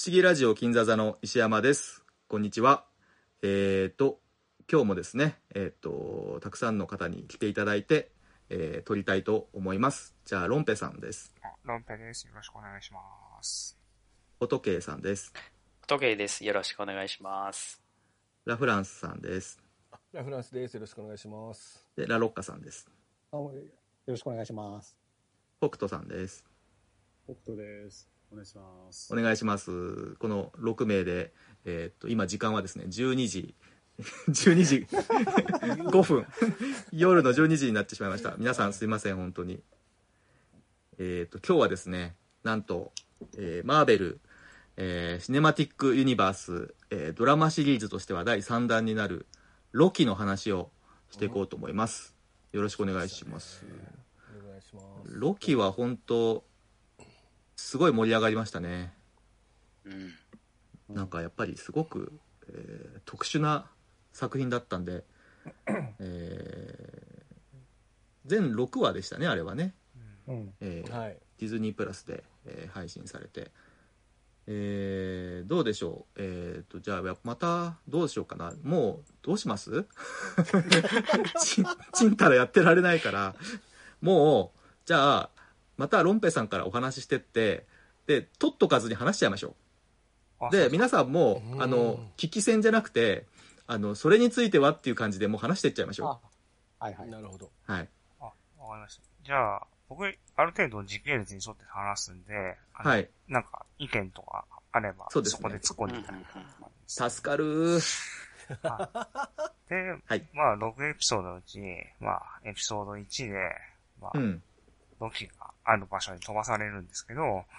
思議ラジオ金座座の石山です。こんにちは。今日もですね、たくさんの方に来ていただいて、撮りたいと思います。じゃあ、ロンペさんです。 ロンペです。よろしくお願いします。 オトケイさんです。 オトケイです。よろしくお願いします。 ラフランスさんです。 ラフランスです。よろしくお願いします。 で、ラロッカさんです。 よろしくお願いします。 北斗さんです。 北斗です。お願いします。 お願いします。この6名で、今時間はですね、12時5分夜の12時になってしまいました。皆さんすいません、本当に。今日はですね、なんと、マーベル、シネマティックユニバース、ドラマシリーズとしては第3弾になるロキの話をしていこうと思います。よろしくお願いします。 お願いします。 ロキは本当すごい盛り上がりましたね。なんかやっぱりすごく、特殊な作品だったんで、全6話でしたね、あれはね。 はい、 ディズニープラスで、配信されて、どうでしょう。じゃあまたどうしようかな。もうどうしますちんたらやってられないから、もうじゃあまたロンペさんからお話ししてって、で取っとかずに話しちゃいましょう。で皆さんも聞き戦じゃなくて、それについてはっていう感じでもう話していっちゃいましょう。はいはい。 なるほど。 はい。 わかりました。じゃあ僕ある程度時系列に沿って話すんで、 はい。 なんか意見とかあれば、 そうですね、 そこで突っ込んでいただきたいと思います。 助かるで、 はい、 まあ6エピソードのうち、まあエピソード1で、まあ、ロキがある場所に飛ばされるんですけど、 はい。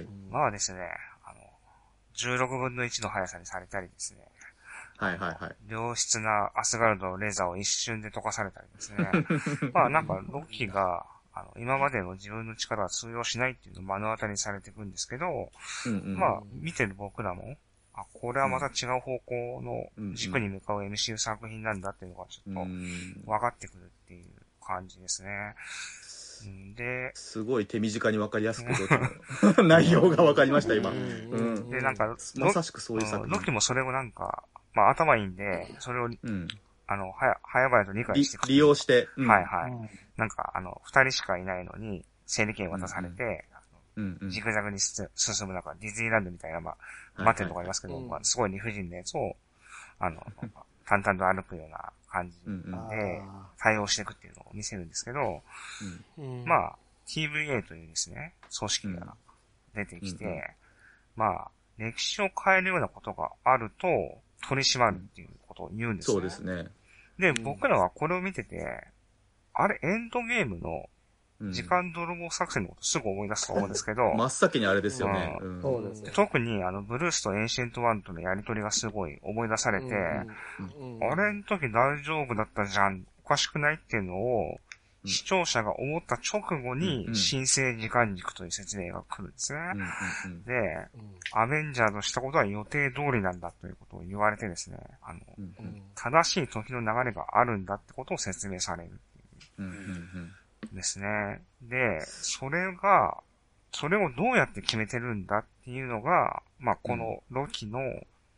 まあですね、16分の1の速さにされたりですね。 はいはいはい。 良質なアスガルドのレーザーを一瞬で溶かされたりですね。まあなんかロキが、今までの自分の力は通用しないっていうのを目の当たりにされていくんですけど、まあ見てる僕らも、これはまた違う方向の軸に向かう MCU 作品なんだっていうのがちょっと分かってくるっていう感じですね。 すごい手短に分かりやすく内容が分かりました今。 でなんかまさしくそういう作品。 ロキもそれをなんか、まあ頭いいんで、それを早々と理解して利用して、 はいはい。なんか二人しかいないのに整理券渡されて、ジグザグに進む中ディズニーランドみたいな待ってるとこありますけど、まあすごい理不尽なやつを淡々と歩くような感じで対応していくっていうのを見せるんですけど、まあ TVA というですね組織が出てきて、まあ歴史を変えるようなことがあると取り締まるっていうことを言うんですね。 そうですね。 で、僕らはこれを見てて、あれエンドゲームの時間泥棒作戦のことすぐ思い出すと思うんですけど、 真っ先にあれですよね。 そうですね。 特にブルースとエンシェントワンとのやりとりがすごい思い出されて、あれの時大丈夫だったじゃん、おかしくないっていうのを、視聴者が思った直後に新生時間軸という説明が来るんですね。で、アベンジャーのしたことは予定通りなんだということを言われてですね、正しい時の流れがあるんだってことを説明されるっていうですね。で、それをどうやって決めてるんだっていうのが、まあ、このロキの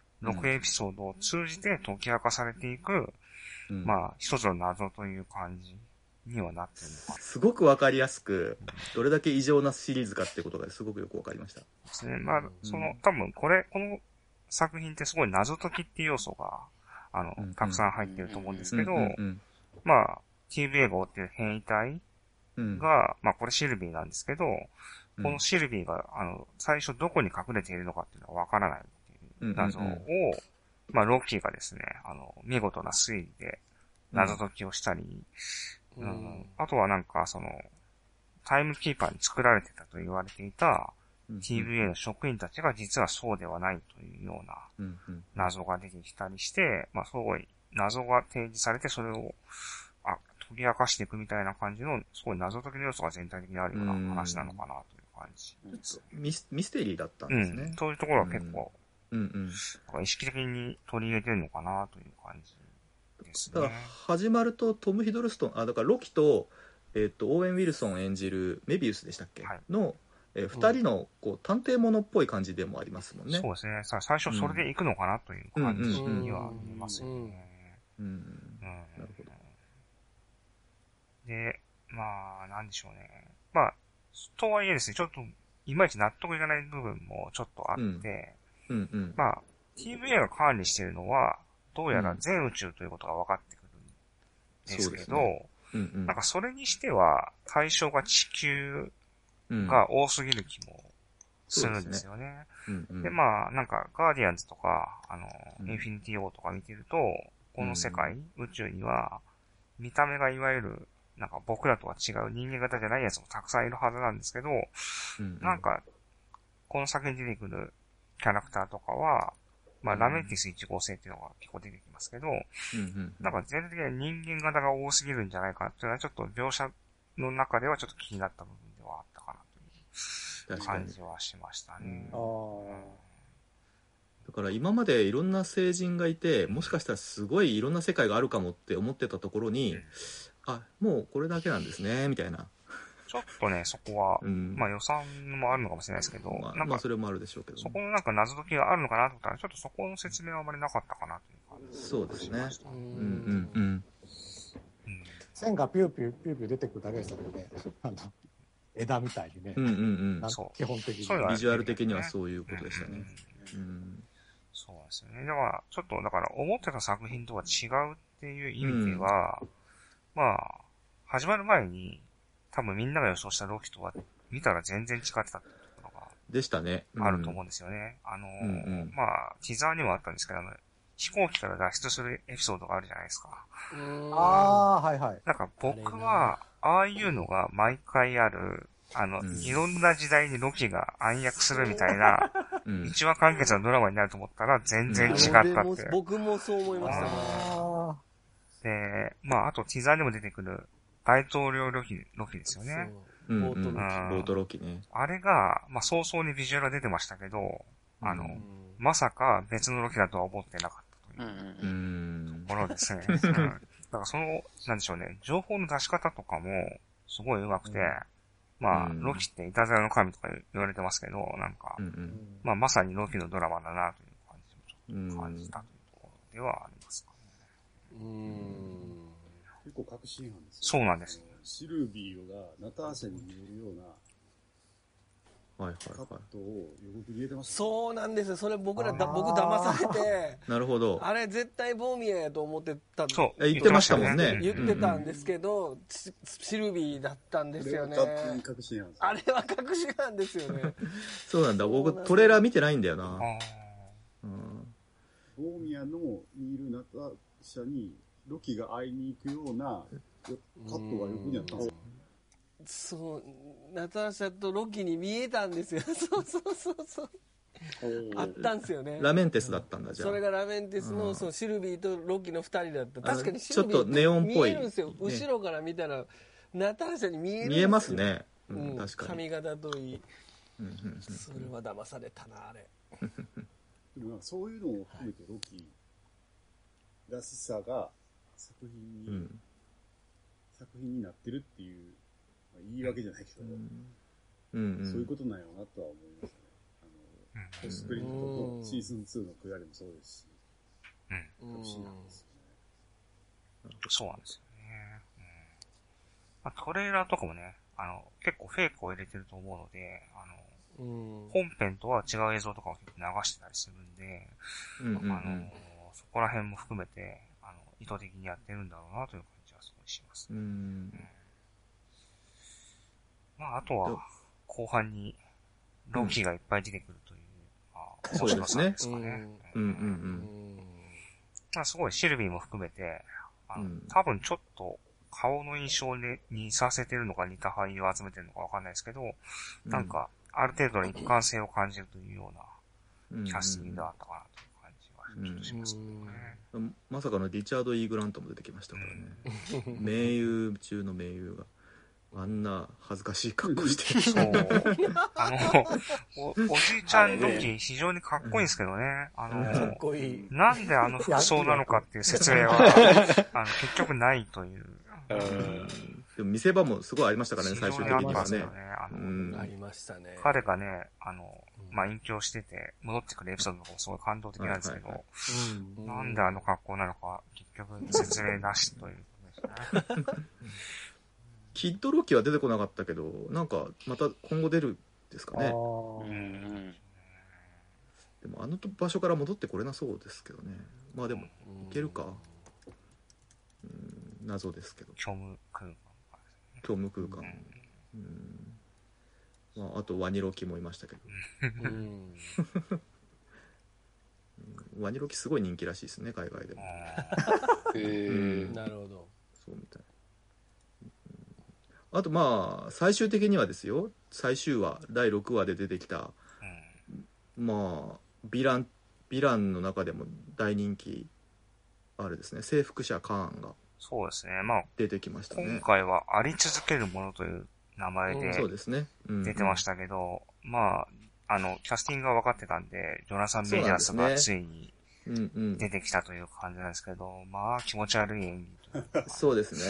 6エピソードを通じて解き明かされていく、まあ、一つの謎という感じにはなってるのか。 すごくわかりやすく、どれだけ異常なシリーズかってことがすごくよくわかりました。 ですね。まあ、多分この作品ってすごい謎解きっていう要素が、たくさん入ってると思うんですけど、まあ、TVA が追ってる変異体が、まあこれシルビーなんですけど、このシルビーが、最初どこに隠れているのかっていうのはわからないっていう謎を、まあロッキーがですね、見事な推理で謎解きをしたり、あとはなんかタイムキーパーに作られてたと言われていた TVA の職員たちが実はそうではないというような謎が出てきたりして、まあすごい謎が提示されてそれを解き明かしていくみたいな感じの、すごい謎解きの要素が全体的にあるような話なのかなという感じ。 ミステリーだったんですね。 そういうところは結構、意識的に取り入れてるのかなという感じですね。 だから始まるとトム・ヒドルストン、だからロキと、オーウェン・ウィルソン演じるメビウスでしたっけ、の、 二人のこう探偵物っぽい感じでもありますもんね。 そうですね。最初それで行くのかなという感じには見えますよね。 なるほど。 で、まあ、なんでしょうね。まあ、とはいえですね、ちょっと、いまいち納得いかない部分もちょっとあって、まあ、TVA が管理しているのは、どうやら全宇宙ということが分かってくるんですけど、なんかそれにしては、対象が地球が多すぎる気もするんですよね。で、まあ、なんか、ガーディアンズとか、インフィニティ・ウォーとか見てると、この世界、宇宙には、見た目がいわゆる、なんか僕らとは違う人間型じゃないやつもたくさんいるはずなんですけど、なんか、この作品に出てくるキャラクターとかは、まあ、ラメンティス1号星っていうのが結構出てきますけど、なんか全体的に人間型が多すぎるんじゃないかっていうのはちょっと描写の中ではちょっと気になった部分ではあったかなという感じはしましたね。 だから今までいろんな星人がいて、もしかしたらすごいいろんな世界があるかもって思ってたところに、あ、もうこれだけなんですね、みたいな。 ちょっとね、そこは、まあ予算もあるのかもしれないですけど、 なんかそれもあるでしょうけど、 そこのなんか謎解きがあるのかなと思ったら、ちょっとそこの説明はあまりなかったかなという感じ。 そうですね。 線がピューピューピューピュー出てくるだけでしたけどね。枝みたいにね。基本的に。 ビジュアル的にはそういうことでしたね。 そうですよね。だから、ちょっと、だから思ってた作品とは違うっていう意味では、まあ、始まる前に、多分みんなが予想したロキとは見たら全然違ってたってところがでしたね。 あると思うんですよね。まあ、ティザーにもあったんですけど、飛行機から脱出するエピソードがあるじゃないですか。 はいはい。 なんか僕は、ああいうのが毎回ある、いろんな時代にロキが暗躍するみたいな、一話完結のドラマになると思ったら全然違ったって。 僕もそう思いましたね。 で、まあ、あとティザーにも出てくる大統領ロキですよね。 ボートロキね。 あれが、まあ、早々にビジュアルが出てましたけど、まさか別のロキだとは思ってなかったというところですね。だからその、なんでしょうね、情報の出し方とかもすごい上手くて、まあ、ロキっていたずらの神とか言われてますけど、なんか、まあ、まさにロキのドラマだなという感じもちょっと感じたというところではありますかね。 結構確信犯ですよ。 そうなんです。 シルビーがナターシャに見えるようなカットを予告に入れてました。 そうなんですよ。それ僕騙されて。 なるほど。 あれ絶対ボーミアやと思ってたんで。 そう。言ってましたもんね。 言ってたんですけど、シルビーだったんですよね。 確信犯です。 あれは確信犯ですよね。 そうなんだ。僕トレーラー見てないんだよな。 ボーミアの見るナターシャにロキが会いに行くようなカットが横にあったんですよ。 そう、ナターシャとロキに見えたんですよ。そう。あったんですよね。 ラメンテスだったんだ、じゃあ。 それがラメンテスの、シルビーとロキの二人だった。確かにシルビーちょっとネオンっぽい。 見えるんですよ。後ろから見たら、ナターシャに見えるんですよ。 見えますね。確かに。 髪型といい。それは騙されたな、あれ。 そういうのを含めてロキらしさが作品になってるっていう、言い訳じゃないけど、そういうことなんやろうなとは思いましたね。ポスプリントとシーズン2のくだりもそうですし、楽しいなんですよね。 そうなんですよね。まあ、トレーラーとかもね、結構フェイクを入れてると思うので、本編とは違う映像とかを結構流してたりするんで、そこら辺も含めて、意図的にやってるんだろうなという感じはすごいします。まあ、あとは、後半に、ロキがいっぱい出てくるという、面白さですかね。まあ、すごいシルビーも含めて、多分ちょっと、顔の印象に似させてるのか似た俳優を集めてるのかわかんないですけど、なんか、ある程度の一貫性を感じるというような、キャスティングだったかなという感じはちょっとしますけどね。 まさかのリチャード・イー・グラントも出てきましたからね。名優中の名優が。あんな恥ずかしい格好して。 そう。おじいちゃんロキ非常にかっこいいんですけどね。 かっこいい。 なんで服装なのかっていう説明は、結局ないという。 でも見せ場もすごいありましたからね、最終的にはね。 ありましたね。 彼がね、まあ、隠居してて、戻ってくるエピソードの方すごい感動的なんですけど、なんであの格好なのか、結局説明なしということですね。 キッドロッキーは出てこなかったけど、なんか、また今後出るんですかね。でも、あの場所から戻ってこれなそうですけどね。まあでも、いけるか。謎ですけど。 虚無空間。 虚無空間。まあ、あとワニロキもいましたけど。ワニロキすごい人気らしいですね、海外でも。 なるほど。 そうみたい。あとまあ最終的にはですよ、最終話第6話で出てきた、まあヴィランの中でも大人気あれですね、征服者カーンがそうですね、まあ出てきましたね。 今回はあり続けるものという名前で出てましたけど、まあキャスティングが分かってたんで、ジョナサン・メジャースがついに出てきたという感じなんですけど、まあ気持ち悪い演技。 そうですね。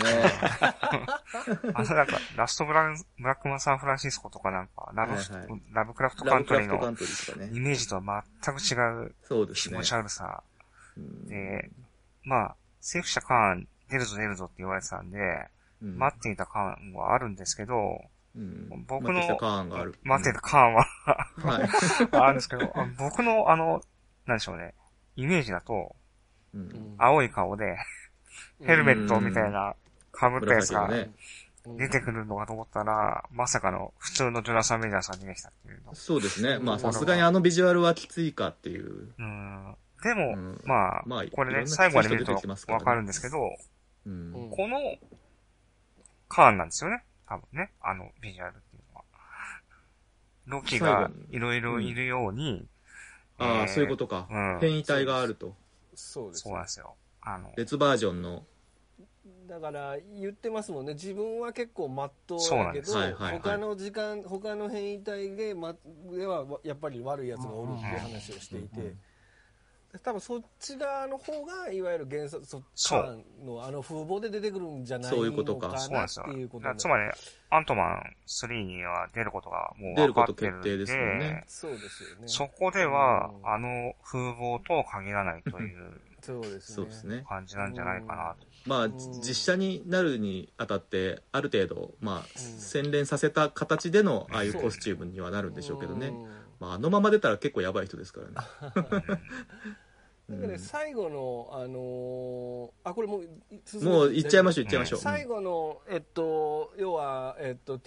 なんか、ラストブラックマン・サンフランシスコとかなんか、ラブクラフトカントリーのイメージとは全く違う気持ち悪さ。で、まあ、征服者カーン出るぞって言われてたんで、待っていたカーンはあるんですけど、僕の、待っていたカーンはあるんですけど、僕のなんでしょうね、イメージだと、青い顔で、ヘルメットみたいな被ったやつが出てくるのかと思ったら、まさかの普通のジョナサン・メジャーさんが出てきたっていうの。 そうですね。まあさすがにあのビジュアルはきついかっていう。 でも、まあ、これね、最後まで見るとわかるんですけど、このカーンなんですよね。多分ね、あのビジュアルっていうのは。ロキがいろいろいるように。 ああ、そういうことか。変異体があると。 そうです。 そうなんですよ。 別バージョンの。 だから言ってますもんね、自分は結構まっとうだけど、他の変異体ではやっぱり悪いやつがおるっていう話をしていて、多分そっち側の方がいわゆる原作カーンの風貌で出てくるんじゃないのかなっていうことつまりアントマン3には出ることがもう分かってるんで、 出ること決定ですよね。 そうですよね。 そこでは風貌とは限らないというそうですね。 感じなんじゃないかなと。 まあ実写になるにあたってある程度まあ洗練させた形でのああいうコスチュームにはなるんでしょうけどね。まああのまま出たら結構やばい人ですからね。 なんかね、最後のこれもう行っちゃいましょう。 最後の要は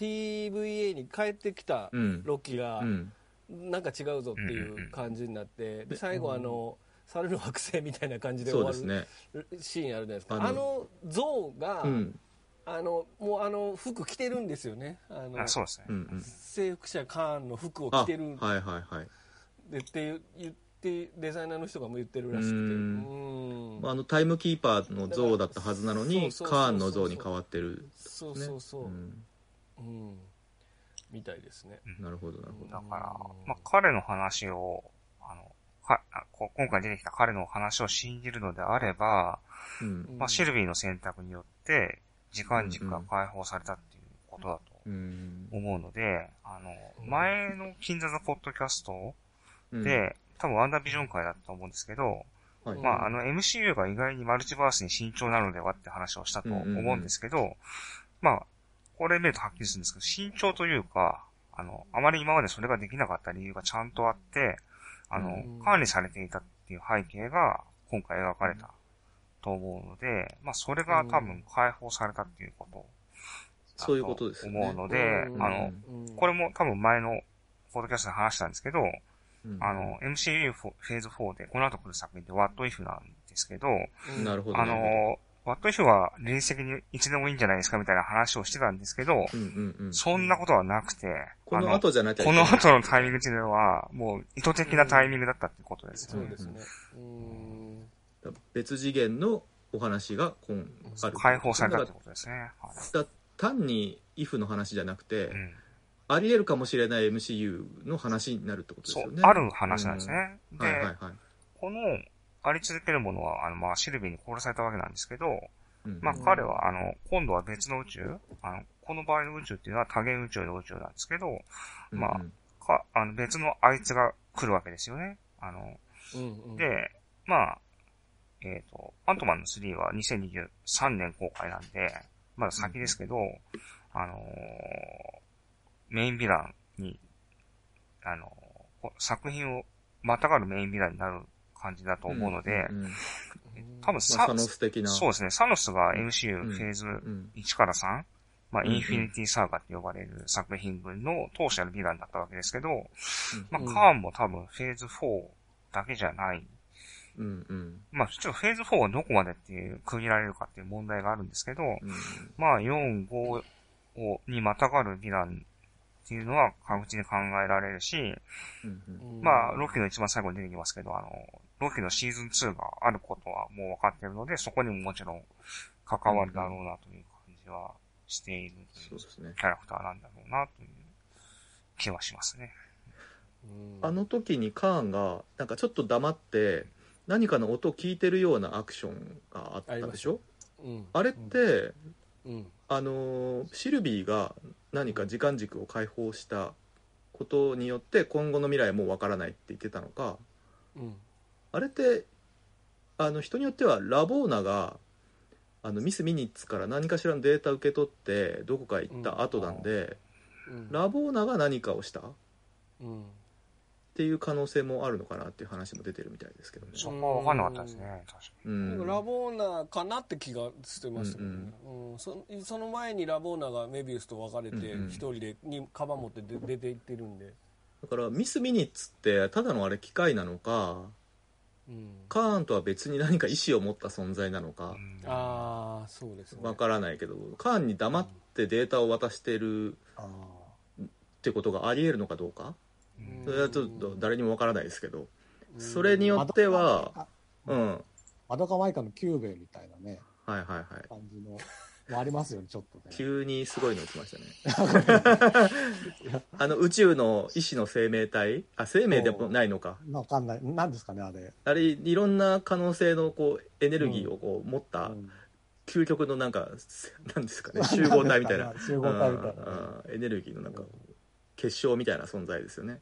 TVA に帰ってきたロキがなんか違うぞっていう感じになって、で最後猿の惑星みたいな感じで終わるシーンあるじゃないですか。あの像がもう服着てるんですよね。 そうですね。 征服者カーンの服を着てる。 はいはいはい。 でって言ってデザイナーの人がも言ってるらしくて、 タイムキーパーの像だったはずなのにカーンの像に変わってる。 そう。みたいですね。 なるほどなるほど。 だからまあ彼の話を今回出てきた彼の話を信じるのであれば、まあ、シルビーの選択によって時間軸が解放されたっていうことだと思うので、前の金座のポッドキャストで、多分ワンダービジョン会だったと思うんですけど、まあ、MCU が意外にマルチバースに慎重なのではって話をしたと思うんですけど、まあ、これ見るとはっきりするんですけど、慎重というか、あまり今までそれができなかった理由がちゃんとあって、管理されていたっていう背景が今回描かれたと思うので、まあそれが多分解放されたっていうことそういうことですね。 思うので、これも多分前のポッドキャストで話したんですけど、MCU フェーズ4でこの後来る作品って What If なんですけど、 なるほど。 What If は臨時的にいつでもいいんじゃないですかみたいな話をしてたんですけど、そんなことはなくて、 この後じゃなきゃいけない。この後のタイミングっていうのは、もう意図的なタイミングだったっていうことですね。 そうですね。 別次元のお話がある。 解放されたってことですね。 単に If の話じゃなくて、あり得るかもしれない MCU の話になるってことですよね。 そう、ある話なんですね。で、この、あり続けるものは、まあ、シルビーに殺されたわけなんですけど、 まあ彼は今度は別の宇宙、この場合の宇宙っていうのは多元宇宙の宇宙なんですけど、まあ、別のあいつが来るわけですよね。で、まあ、アントマンの3は2023年公開なんで、まだ先ですけど、メインヴィランに、作品をまたがるメインヴィランになる感じだと思うので、多分サノス的な。 そうですね。サノスが MCU フェーズ1から3、まあ、インフィニティサーガって呼ばれる作品群の当社のヴィランだったわけですけど、まあ、カーンも多分フェーズ4だけじゃない。まあ、ちょっとフェーズ4はどこまでっていう区切られるかっていう問題があるんですけど、まあ、4、5にまたがるヴィランっていうのは確実に考えられるし、まあ、ロキの一番最後に出てきますけど、ロキのシーズン2があることはもう分かっているので、そこにももちろん関わるだろうなという感じはしているというキャラクターなんだろうなという気はしますね。 あの時にカーンがなんかちょっと黙って何かの音を聞いてるようなアクションがあったでしょ。あれって、シルビーが何か時間軸を解放したことによって今後の未来はもう分からないって言ってたのか、あれって人によってはラボーナがミス・ミニッツから何かしらのデータを受け取ってどこか行った後なんで、ラボーナが何かをした、っていう可能性もあるのかなっていう話も出てるみたいですけどね。 そこは分かんなかったですね。確かに。ラボーナかなって気がしてましたけどね。その前にラボーナがメビウスと別れて一人でカバン持って出て行ってるんで。 だからミス・ミニッツってただのあれ機械なのか、カーンとは別に何か意思を持った存在なのか、 そうですね。 分からないけど、カーンに黙ってデータを渡してるってことがあり得るのかどうか。それはちょっと誰にもわからないですけど、それによっては、 マドカマイカのキューベみたいなね、 感じのもありますよね、ちょっとね。 急にすごいの来ましたね。宇宙の意志の生命体、生命でもないのか。 わかんない、なんですかね、あれ。 あれ、いろんな可能性のエネルギーを持った究極のなんですかね、集合体みたいな、エネルギーの結晶みたいな存在ですよね。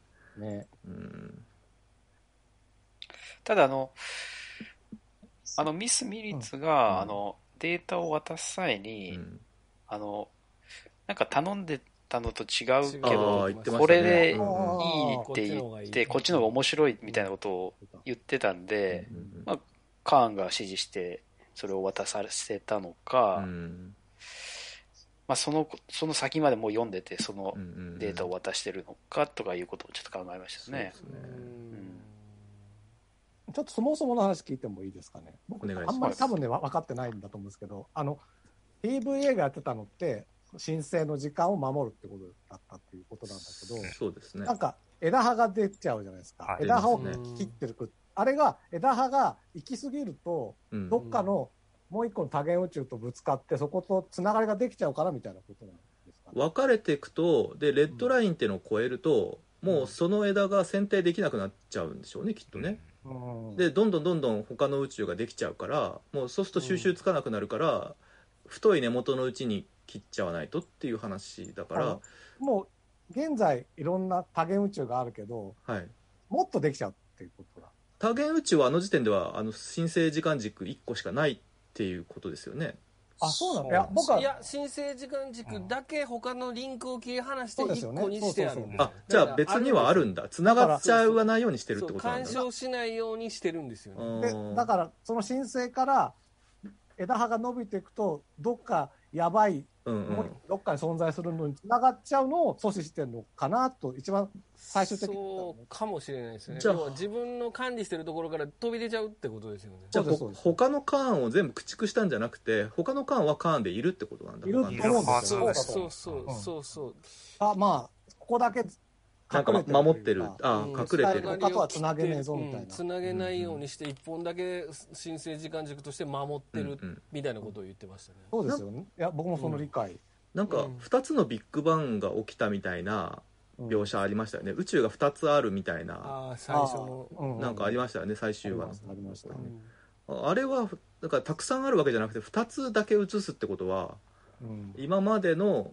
ただミス・ミリッツが、データを渡す際に、なんか頼んでたのと違うけど、これでいいって言って、こっちの方が面白いみたいなことを言ってたんで、まあ、カーンが指示してそれを渡させたのか、まあ、その先までもう読んでてそのデータを渡してるのかとかいうことをちょっと考えましたね。 ちょっとそもそもの話聞いてもいいですかね。僕あんまり多分ね分かってないんだと思うんですけど、TVA がやってたのって申請の時間を守るってことだったっていうことなんだけど、 そうですね。 なんか枝葉が出ちゃうじゃないですか。枝葉を切ってる、あれが枝葉が行き過ぎると、どっかのもう一個の多元宇宙とぶつかってそことつながりができちゃうからみたいなことなんですかね。 分かれていくと、でレッドラインっていうのを超えると、もうその枝が選定できなくなっちゃうんでしょうね、きっとね。でどんどん他の宇宙ができちゃうから、もうそうすると収集つかなくなるから、太い根元のうちに切っちゃわないとっていう話だから、 もう現在いろんな多元宇宙があるけど、もっとできちゃうっていうことだ。 多元宇宙は時点では新生時間軸1個しかないっていうことですよね。 そうなの。いや僕は新生時間軸だけ他のリンクを切り離して1個にしてあるんで。 じゃあ別にはあるんだ。繋がっちゃわないようにしてるってことなんだ。 干渉しないようにしてるんですよね。 でだからその申請から枝葉が伸びていくとどっかやばい、どっかに存在するのに繋がっちゃうのを阻止してるのかなと一番最終的に。 そうかもしれないですね。要は自分の管理してるところから飛び出ちゃうってことですよね。 じゃあ他のカーンを全部駆逐したんじゃなくて、他のカーンはカーンでいるってことなんだ。 いると思うんですよ。 そう。 まあここだけなんか守ってる、隠れてる。 他とはつなげねえぞみたいな。 つなげないようにして一本だけ新生時間軸として守ってるみたいなことを言ってましたね。 そうですよね。いや僕もその理解。 なんか2つのビッグバンが起きたみたいな描写ありましたよね。宇宙が2つあるみたいな。 最初のなんかありましたよね、最終話の。 ありましたね。 あれはだからたくさんあるわけじゃなくて2つだけ映すってことは、今までの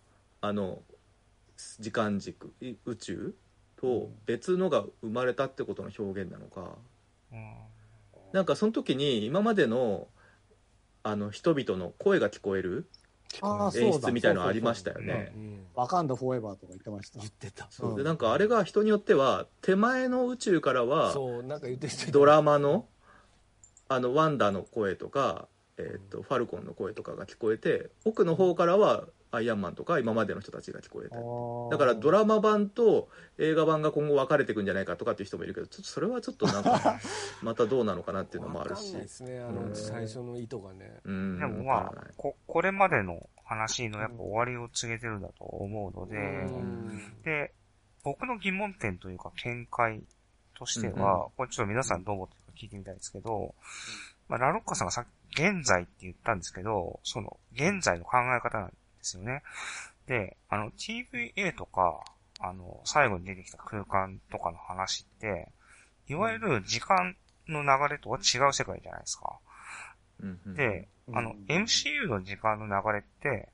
時間軸宇宙と別のが生まれたってことの表現なのか、なんかその時に今までの人々の声が聞こえる演出みたいなのありましたよね。 ワカンダフォーエバーとか言ってました。 言ってた。 そうでなんかあれが人によっては手前の宇宙からはドラマのワンダの声とか、ファルコンの声とかが聞こえて、奥の方からはアイアンマンとか今までの人たちが聞こえて、だからドラマ版と映画版が今後分かれていくんじゃないかとかっていう人もいるけど、ちょっとそれはちょっとなんかまたどうなのかなっていうのもあるし。 分かんないですね、最初の意図がね。 でもまあこれまでの話のやっぱ終わりを告げてるんだと思うので、で僕の疑問点というか見解としては、これちょっと皆さんどう思ってるか聞いてみたいですけど、まあ、ラロッカさんがさっき現在って言ったんですけど、その現在の考え方なんですよね。で、TVA とか、最後に出てきた空間とかの話って、いわゆる時間の流れとは違う世界じゃないですか。で、MCU の時間の流れって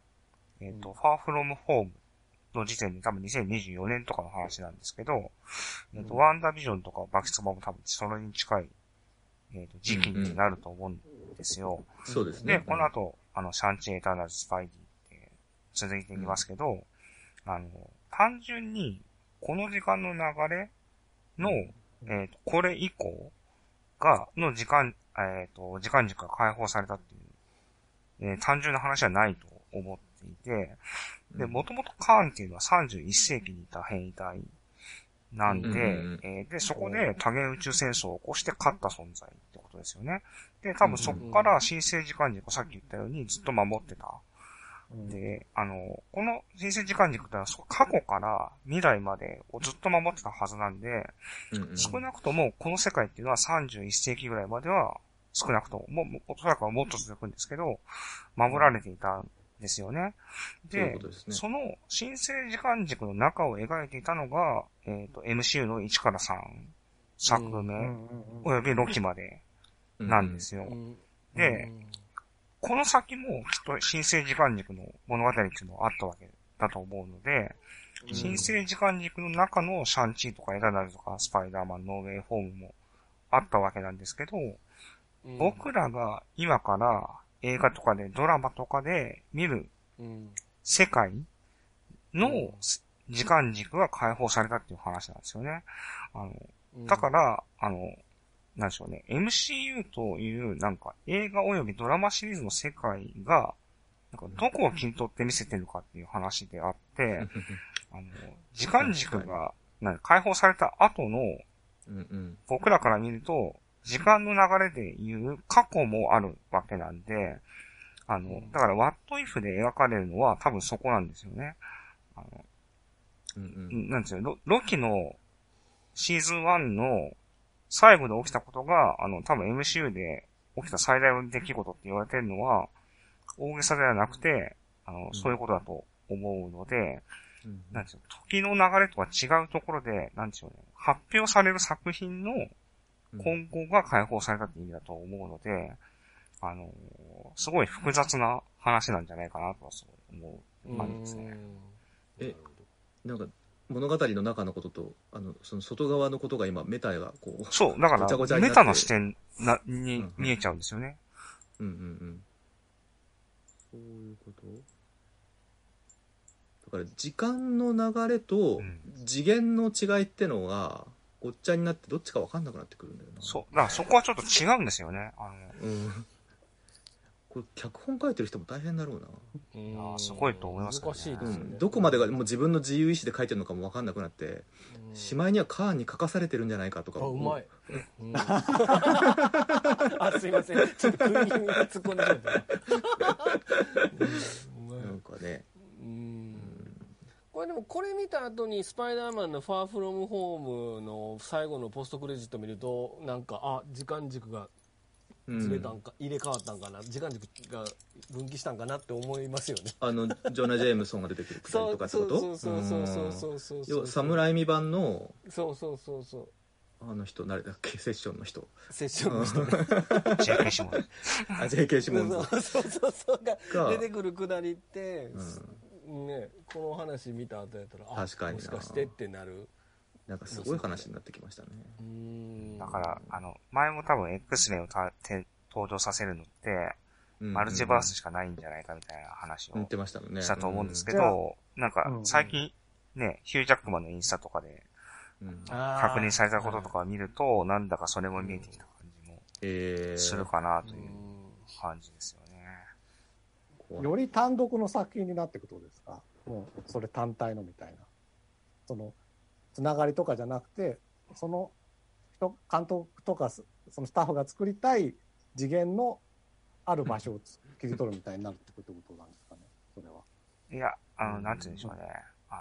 、Far From Home の時点で多分2024年とかの話なんですけど、ワンダービジョンとかバキスマも多分それに近い、時期になると思うんですよ。 そうですね。 で、この後、シャンチー・エターナルズ・スパイディって続いていきますけど、単純に、この時間の流れの、これ以降の時間軸が解放されたっていう、単純な話はないと思っていて、で、もともとカーンっていうのは31世紀にいた変異体なんで、で、そこで多元宇宙戦争を起こして勝った存在ってことですよね。で、多分そこから新生時間軸、さっき言ったようにずっと守ってた。で、この新生時間軸ってのは過去から未来までをずっと守ってたはずなんで、少なくともこの世界っていうのは31世紀ぐらいまでは少なくとも、おそらくはもっと続くんですけど、守られていたんですよね。で、その新生時間軸の中を描いていたのが、MCU の1から3作目、および6期までなんですよ。で、この先もきっと新生時間軸の物語っていうのはあったわけだと思うので、新生時間軸の中のシャンチーとかエターナルとかスパイダーマン、ノーウェイホームもあったわけなんですけど、僕らが今から映画とかでドラマとかで見る世界の時間軸が解放されたっていう話なんですよね。だから、なんでしょうね。MCU というなんか映画及びドラマシリーズの世界が、なんかどこを切り取って見せてるのかっていう話であって、時間軸が解放された後の、僕らから見ると、時間の流れでいう過去もあるわけなんで、だから What If で描かれるのは多分そこなんですよね。なんですよ。ロキのシーズン1の最後で起きたことが、多分 MCU で起きた最大の出来事って言われてるのは、大げさではなくて、そういうことだと思うので、なんですよ。時の流れとは違うところで、なんでしょうね。発表される作品の今後が解放されたって意味だと思うので、すごい複雑な話なんじゃないかなとはそう思う感じですね。 なんか、物語の中のことと、その外側のことが今、メタがこう。 そう、だから、メタの視点に見えちゃうんですよね。 そういうことだから、時間の流れと次元の違いってのが、ごっちゃになってどっちか分かんなくなってくるんだよな。 そう。だからそこはちょっと違うんですよね。 これ脚本書いてる人も大変だろうな。すごいと思いますね。 難しいですね。 どこまでがもう自分の自由意志で書いてるのかも分かんなくなって、しまいにはカーンに書かされてるんじゃないかとか。 うまい。すいません。ちょっと食い気味に突っ込んでしまった。 なんかね。 これでもこれ見た後にスパイダーマンのファーフロムホームの最後のポストクレジット見ると、なんか時間軸がずれたんか、入れ替わったんかな、時間軸が分岐したんかなって思いますよね。 ジョナ・ジェームソンが出てくるくらいとかってこと？ そう。 要はサムライミ版の、 そう。 あの人誰だっけ、セッションの人。 セッションの人ね。 JK シモンズ。 JK シモンズ。 そうが出てくるくだりって、ね、この話見た後やったら、 確かにもしかしてってなる。 なんかすごい話になってきましたね。 だから、前も多分 X メンを登場させるのって、マルチバースしかないんじゃないかみたいな話をしたと思うんですけど、なんか最近ね、ヒュージャックマンのインスタとかで確認されたこととかを見ると、なんだかそれも見えてきた感じもするかなという感じですよね。より単独の作品になっていくことですか？もうそれ単体のみたいな。そのつながりとかじゃなくて、その監督とかそのスタッフが作りたい次元のある場所を切り取るみたいになるってことなんですかね、それは。 いや、なんて言うんでしょうね。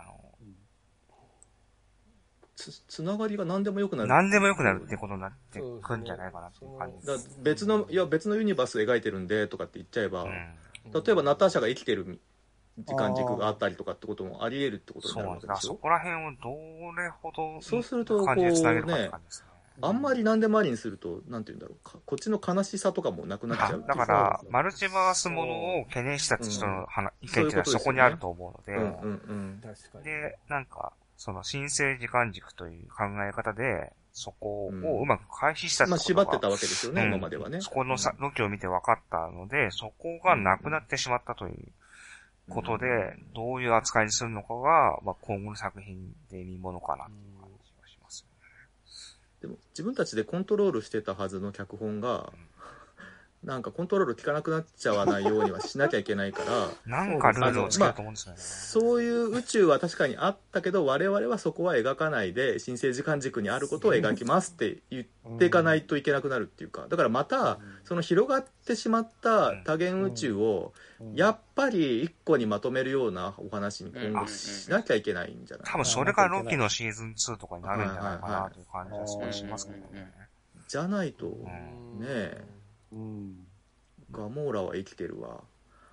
つながりが何でも良くなる。 何でも良くなるってことになってくるんじゃないかなっていう感じです。 別のユニバースを描いてるんでとかって言っちゃえば、例えばナターシャが生きてる時間軸があったりとかってこともあり得るってことになるわけでしょ。 そこら辺をどれほどそうするとこうね、あんまり何でもありにすると、なんて言うんだろう、こっちの悲しさとかもなくなっちゃう。 だから、マルチバースものを懸念した人の意見っていうのはそこにあると思うので、で、なんか、その新生時間軸という考え方で、そこをうまく回避したってことが、 縛ってたわけですよね、今まではね。 そこのロケを見て分かったので、そこがなくなってしまったということで、どういう扱いにするのかが、今後の作品で見ものかなという感じがしますよね。 でも自分たちでコントロールしてたはずの脚本が、なんかコントロール効かなくなっちゃわないようにはしなきゃいけないから、 なんかルールをつけると思うんですよね。 そういう宇宙は確かにあったけど、我々はそこは描かないで、新生時間軸にあることを描きますって言っていかないといけなくなるっていうか、だからまた、その広がってしまった多元宇宙を、やっぱり一個にまとめるようなお話に今後しなきゃいけないんじゃないかな。 多分それがロキのシーズン2とかになるんじゃないかなという感じはすごいしますけどね。 じゃないと、ねガモーラは生きてるわ。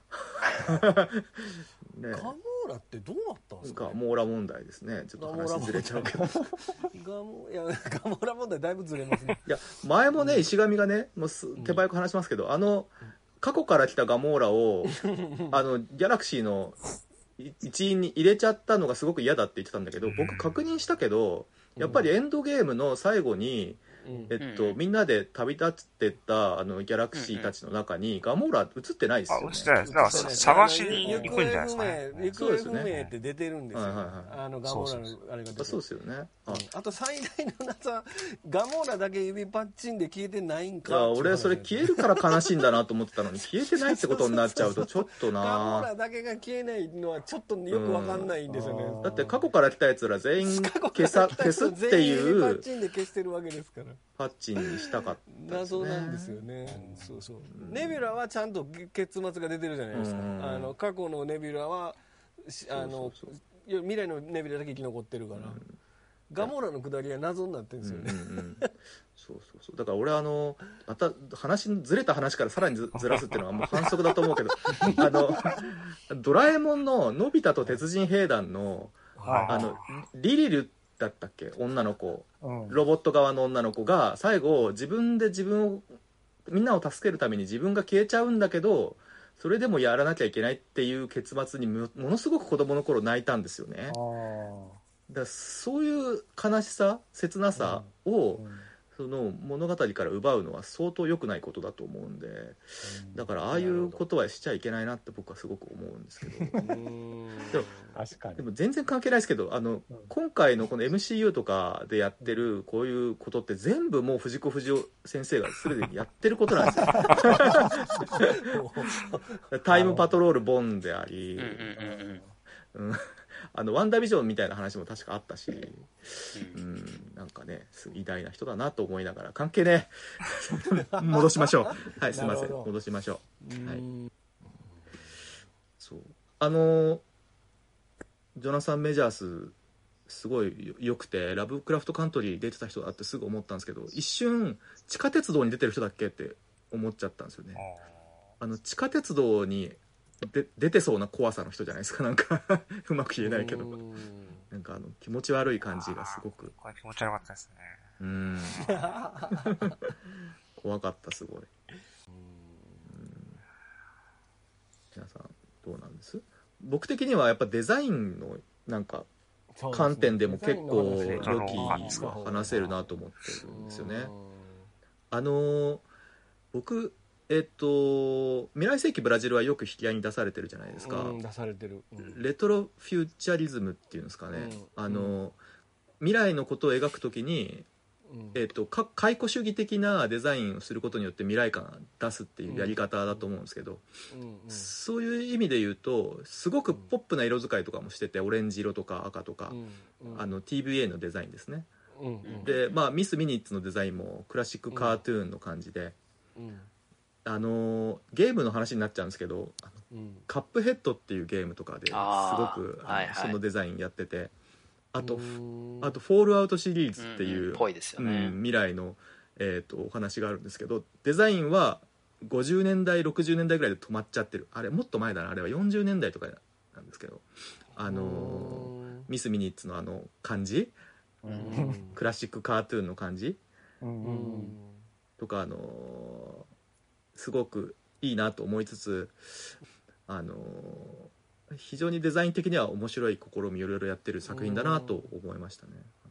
ね、ガモーラってどうなったんですか？ ガモーラ問題ですね。ちょっと話ずれちゃうけど。 ガモーラ問題だいぶずれますね。 いや、前もね、石神がね、もう手早く話しますけど、過去から来たガモーラを、ギャラクシーの一員に入れちゃったのがすごく嫌だって言ってたんだけど、僕確認したけど、やっぱりエンドゲームの最後に、みんなで旅立ってったギャラクシーたちの中にガモーラ映ってないですよね。 映ってないです。だから探しに行くんじゃないですかね。 行方不明って出てるんですよ。ガモーラのあれが出てる。 そうですよね。 あと最大の謎、ガモーラだけ指パッチンで消えてないんか。 俺それ消えるから悲しいんだなと思ってたのに、消えてないってことになっちゃうとちょっとな。 ガモーラだけが消えないのはちょっとよくわかんないんですよね。 だって過去から来たやつら全員消すっていうパッチンで消してるわけですから。 パッチンにしたかった、 謎なんですよね。そうそう。ネビュラはちゃんと結末が出てるじゃないですか。過去のネビュラは未来のネビュラだけ生き残ってるから。ガモーラの下りは謎になってるんですよね。 そうだから俺またずれた話からさらにずらすっていうのはもう反則だと思うけど、ドラえもんののび太と鉄人兵団のリリルだったっけ、女の子、ロボット側の女の子が最後みんなを助けるために自分が消えちゃうんだけど、それでもやらなきゃいけないっていう結末にものすごく子供の頃泣いたんですよね。だからそういう悲しさ、切なさを、その物語から奪うのは相当良くないことだと思うんで、だからああいうことはしちゃいけないなって僕はすごく思うんですけどでも全然関係ないですけど、今回のこの MCU とかでやってるこういうことって全部もう藤子不二雄先生がすでにやってることなんですよ。タイムパトロールボンであり、ワンダービジョンみたいな話も確かあったし、なんかね、偉大な人だなと思いながら、関係ねえ。戻しましょう。はい、すいません。戻しましょう。はい。そう。ジョナサン・メジャース、すごい良くて、ラブクラフトカントリー出てた人だってすぐ思ったんですけど、一瞬、地下鉄道に出てる人だっけって思っちゃったんですよね。地下鉄道に出てそうな怖さの人じゃないですか、なんかうまく言えないけど、なんか気持ち悪い感じがすごく。 これ気持ち悪かったですね。 怖かったすごい。皆さんどうなんです？僕的にはやっぱデザインのなんか観点でも結構ロキは話せるなと思ってるんですよね。僕未来世紀ブラジルはよく引き合いに出されてるじゃないですか。 出されてる。 レトロフューチャリズムっていうんですかね。未来のことを描くときに、解雇主義的なデザインをすることによって未来感を出すっていうやり方だと思うんですけど、そういう意味で言うとすごくポップな色使いとかもしてて、オレンジ色とか赤とか、TVA のデザインですね。でミス・ミニッツのデザインもクラシックカートゥーンの感じで、ゲームの話になっちゃうんですけど、カップヘッドっていうゲームとかですごくそのデザインやってて、あとフォールアウトシリーズっていう、未来の、お話があるんですけど、デザインは50年代60年代ぐらいで止まっちゃってる。あれもっと前だな、あれは40年代とかなんですけど、ミス・ミニッツの感じ、クラシックカートゥーンの感じ、とかすごくいいなと思いつつ、非常にデザイン的には面白い試みをいろいろやってる作品だなと思いましたね。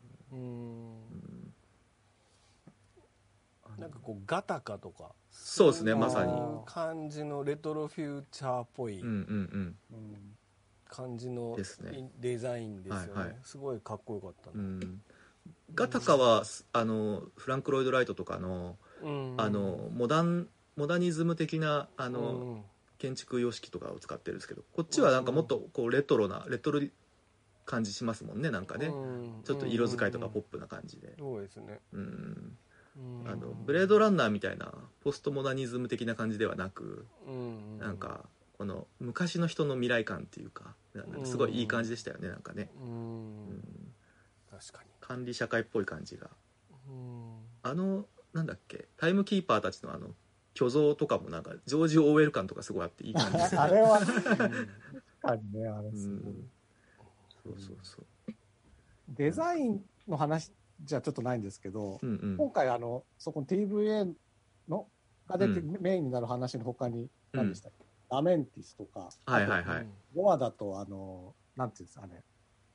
なんかこうガタカとかそうですね、まさに感じのレトロフューチャーっぽい感じのデザインですよね。すごいかっこよかったな。 ガタカはフランク・ロイド・ライトとかのモダニズム的な建築様式とかを使ってるんですけど、こっちはなんかもっとこうレトロ感じしますもんね。なんかね、ちょっと色使いとかポップな感じで。 そうですね。 ブレードランナーみたいなポストモダニズム的な感じではなく、なんかこの昔の人の未来感っていうか、すごいいい感じでしたよね。なんかね、 確かに管理社会っぽい感じが。なんだっけ、タイムキーパーたちの巨像とかもなんかジョージ・オーウェル感とかすごいあっていい感じですよね。 あれは確かにね、あれすごい。そうデザインの話じゃちょっとないんですけど、今回そこの TVA のが出てメインになる話の他に何でしたっけ、ラメンティスとか、ゴアだとなんていうんですかね、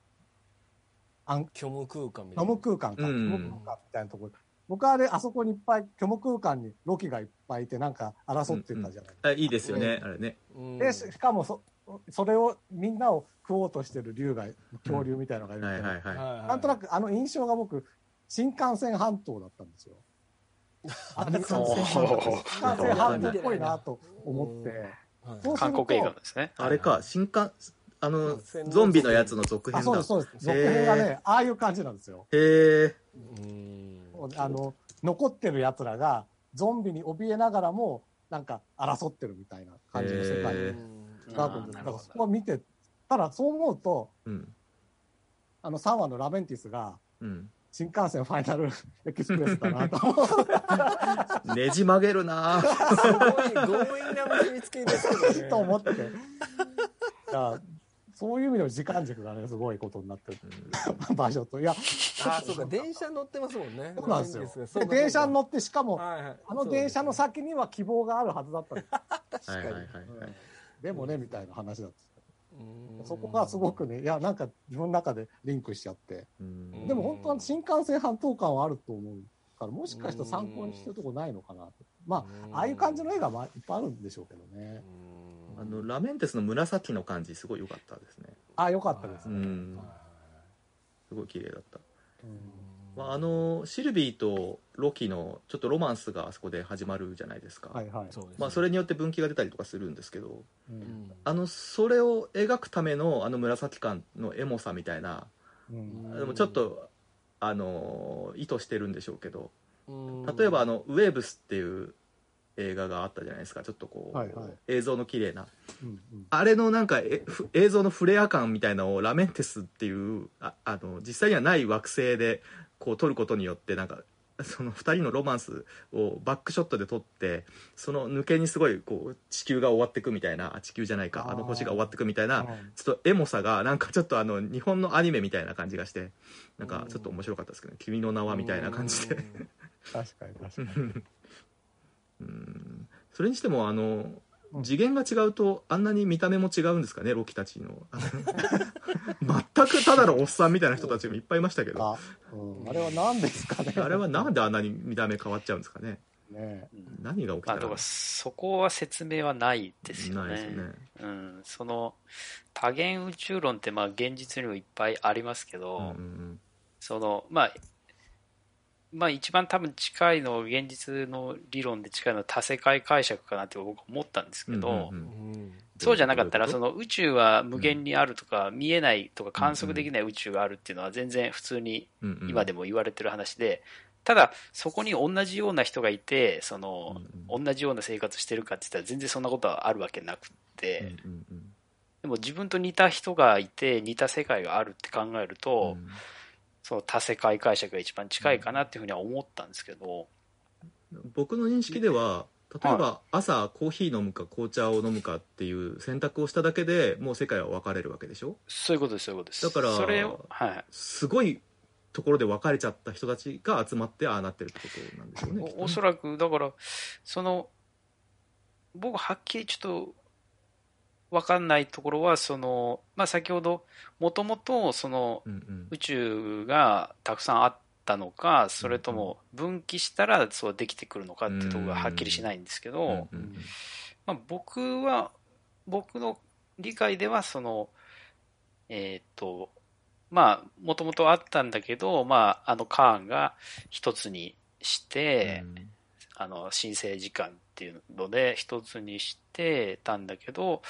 虚無空間みたいな。虚無空間みたいなところ。僕はあそこにいっぱい虚無空間にロキがいっぱいいてなんか争ってたじゃないですか。 いいですよね、あれね。 でしかもそれをみんなを食おうとしてる竜が恐竜みたいなのがいるけど、なんとなく印象が僕新幹線半島だったんですよ。新幹線半島っぽいなと思って。 韓国映画ですね。 あれか、ゾンビのやつの続編だ。 そうです。続編がね、ああいう感じなんですよ。残ってる奴らがゾンビに怯えながらもなんか争ってるみたいな感じの世界があるんです。だからそこは見てただそう思うと、3話のラメンティスが新幹線ファイナルエクスプレスだなとねじ曲げるなすごい強引な結びつきですけどねと思ってそういう意味でも時間軸がねすごいことになってる場所と、いやそうか、電車乗ってますもんね。 そうなんですよ。で電車に乗って、しかも電車の先には希望があるはずだったんです。 確かに。 でもねみたいな話だった。そこがすごくね、いやなんか自分の中でリンクしちゃって、でも本当は新幹線半島感はあると思うから、もしかしたら参考にしてるとこないのかなと。ああいう感じの映画はいっぱいあるんでしょうけどね。 ラメンテスの紫の感じすごい良かったですね。 良かったですね。 すごい綺麗だった。シルビーとロキのちょっとロマンスがあそこで始まるじゃないですか。それによって分岐が出たりとかするんですけど、それを描くための紫感のエモさみたいな、でもちょっと意図してるんでしょうけど、例えばウェーブスっていう映画があったじゃないですか。ちょっとこう、映像の綺麗な、あれのなんか映像のフレア感みたいなのをラメンテスっていう実際にはない惑星でこう撮ることによってなんかその2人のロマンスをバックショットで撮ってその抜けにすごいこう地球が終わってくみたいな、地球じゃないか、あの星が終わってくみたいなちょっとエモさがなんかちょっと日本のアニメみたいな感じがしてなんかちょっと面白かったですけど、ね、君の名はみたいな感じで確かに確かにそれにしても次元が違うとあんなに見た目も違うんですかね、ロキたちの全くただのおっさんみたいな人たちもいっぱいいましたけど、 あれは何ですかね。 あれはなんであんなに見た目変わっちゃうんですかね。何が起きたのか、 だからそこは説明はないですよね。ないですね。その多元宇宙論って現実にもいっぱいありますけど、その一番多分近いの現実の理論で近いのは多世界解釈かなって僕は思ったんですけど、そうじゃなかったらその宇宙は無限にあるとか見えないとか観測できない宇宙があるっていうのは全然普通に今でも言われてる話で、ただそこに同じような人がいてその同じような生活してるかって言ったら全然そんなことはあるわけなくって、でも自分と似た人がいて似た世界があるって考えると、その多世界解釈が一番近いかなっていうふうには思ったんですけど、 僕の認識では例えば朝コーヒー飲むか紅茶を飲むかっていう選択をしただけでもう世界は分かれるわけでしょ。 そういうことです、そういうことです。 だからそれを、 すごいところで分かれちゃった人たちが集まってああなってるってことなんでしょうね。 おそらくだからその僕はっきりちょっと分かんないところはその、先ほどもともとその宇宙がたくさんあったのか、それとも分岐したらそうできてくるのかっていうところがはっきりしないんですけど、僕の理解ではそのもともとあったんだけど、カーンが一つにして、新生時間っていうので一つにしてたんだけど、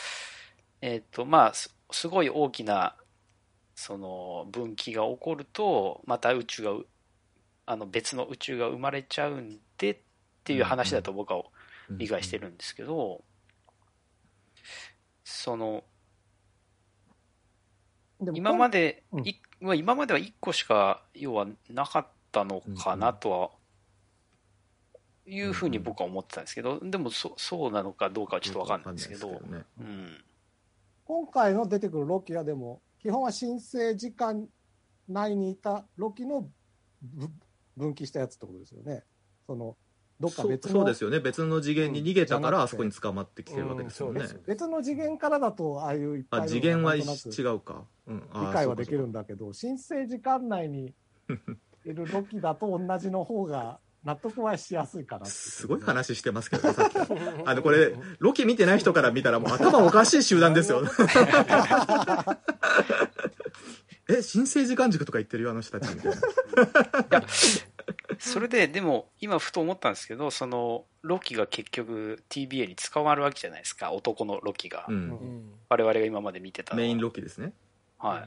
すごい大きなその分岐が起こるとまた宇宙が別の宇宙が生まれちゃうんでっていう話だと僕は理解してるんですけど、その今までは1個しか要はなかったのかなとはいうふうに僕は思ってたんですけど、でもそうなのかどうかはちょっと分かんないんですけど、 今回の出てくるロキはでも基本は新生時間内にいたロキの分岐したやつってことですよね。そのどっか別の、 そうですよね。別の次元に逃げたからあそこに捕まってきてるわけですよね。 別の次元からだとああいういっぱいの次元は違うか、 理解はできるんだけど、新生時間内にいるロキだと同じの方が納得はしやすいかな。 すごい話してますけど、さっきこれロキ見てない人から見たらもう頭おかしい集団ですよ。新生時間軸とか言ってるよあの人たちみたいな。いやそれででも今ふと思ったんですけど、そのロキが結局 TBA に捕まるわけじゃないですか、男のロキが、我々が今まで見てたメインロキですね。 はい、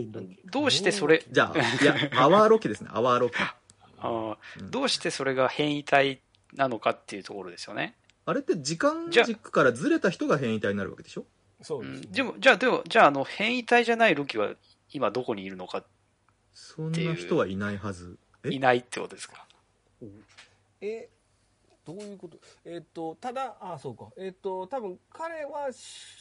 どうしてそれじゃあいやアワーロキですね、アワーロキ。 どうしてそれが変異体なのかっていうところですよね。 あれって時間軸からずれた人が変異体になるわけでしょ。 そうです、ね。 でもじゃあ変異体じゃないロキは今どこにいるのかってそんな人はいないはず。 いないってことですか。 どういうこと。ただそうか。多分彼は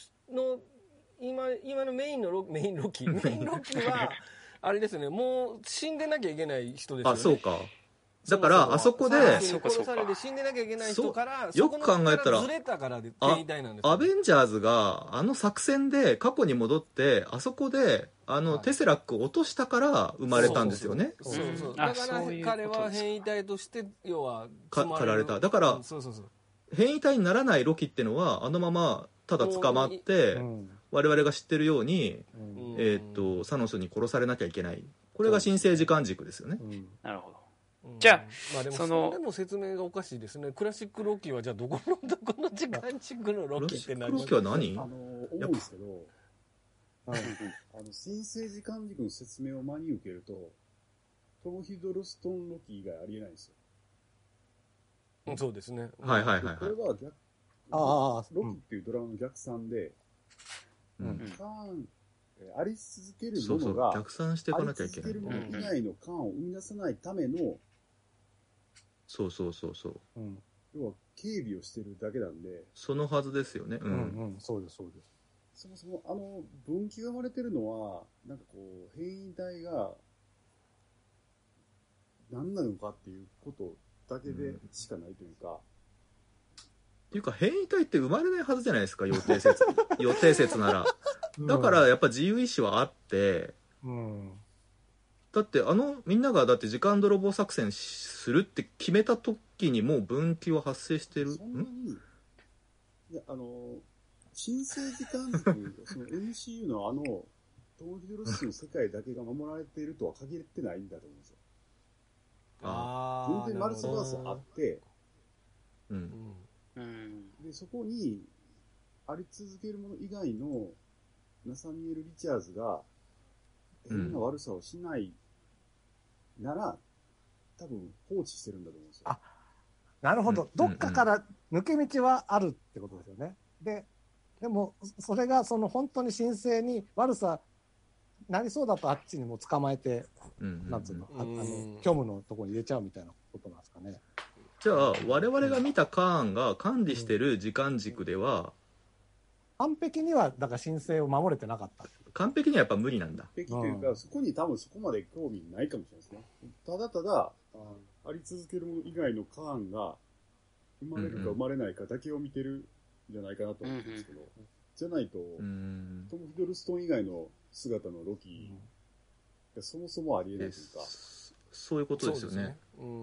今のメインロキはあれですよね。もう死んでなきゃいけない人ですよね。 そうか。だからあそこで殺されて死んでなきゃいけない人からよく考えたらずれたからで変異体なんですよね。 アベンジャーズが作戦で過去に戻ってあそこでテセラックを落としたから生まれたんですよね。 だから彼は変異体として要は狩られた。だから変異体にならないロキってのはままただ捕まって我々が知ってるようにサノスに殺されなきゃいけない。これが新生時間軸ですよね。 なるほど。じゃあ、 でもそれも説明がおかしいですね。クラシックロキはじゃあどこの時間軸のロキって何？ ロキは何？ 思うんですけど、新生時間軸の説明を真に受けると、トム・ヒドルストンロキ以外ありえないんですよ。そうですね。 はい。これはロキっていうドラマの逆算で、あり続けるものが逆算していかなきゃいけない。 あり続けるもの以外の感を生み出さないためのそうそうそうそう。 要は警備をしてるだけなんで。 そのはずですよね。 そうです、そうです。 そもそも分岐が生まれてるのは、なんかこう、変異体が何なのかっていうことだけでしかないというか。 っていうか、変異体って生まれないはずじゃないですか、予定説なら。だからやっぱ自由意志はあって、だってみんながだって時間泥棒作戦するって決めた時にもう分岐は発生してる。 そんなに、いや、新生時間軸、その MCU のトム・ヒドルスキーの世界だけが守られているとは限ってないんだと思うんですよ。全然マルチバースあって、で、そこにあり続けるもの以外のナサニエル・リチャーズが変な悪さをしないなら、多分放置してるんだと思うんですよ。 なるほど。どっかから抜け道はあるってことですよね。でも、それが本当に神聖に悪さなりそうだとあっちにも捕まえて、なんつうの、虚無のところに入れちゃうみたいなことなんですかね。 じゃあ、我々が見たカーンが管理してる時間軸では、 完璧には、だから神聖を守れてなかった。 完璧にはやっぱ無理なんだ。 完璧というか、そこに多分そこまで興味ないかもしれないですね。ただただ、あり続けるもの以外のカーンが、生まれるか生まれないかだけを見てるんじゃないかなと思うんですけど、じゃないと、トム・ヒドルストン以外の姿のロキがそもそもありえないというか。 そういうことですよね。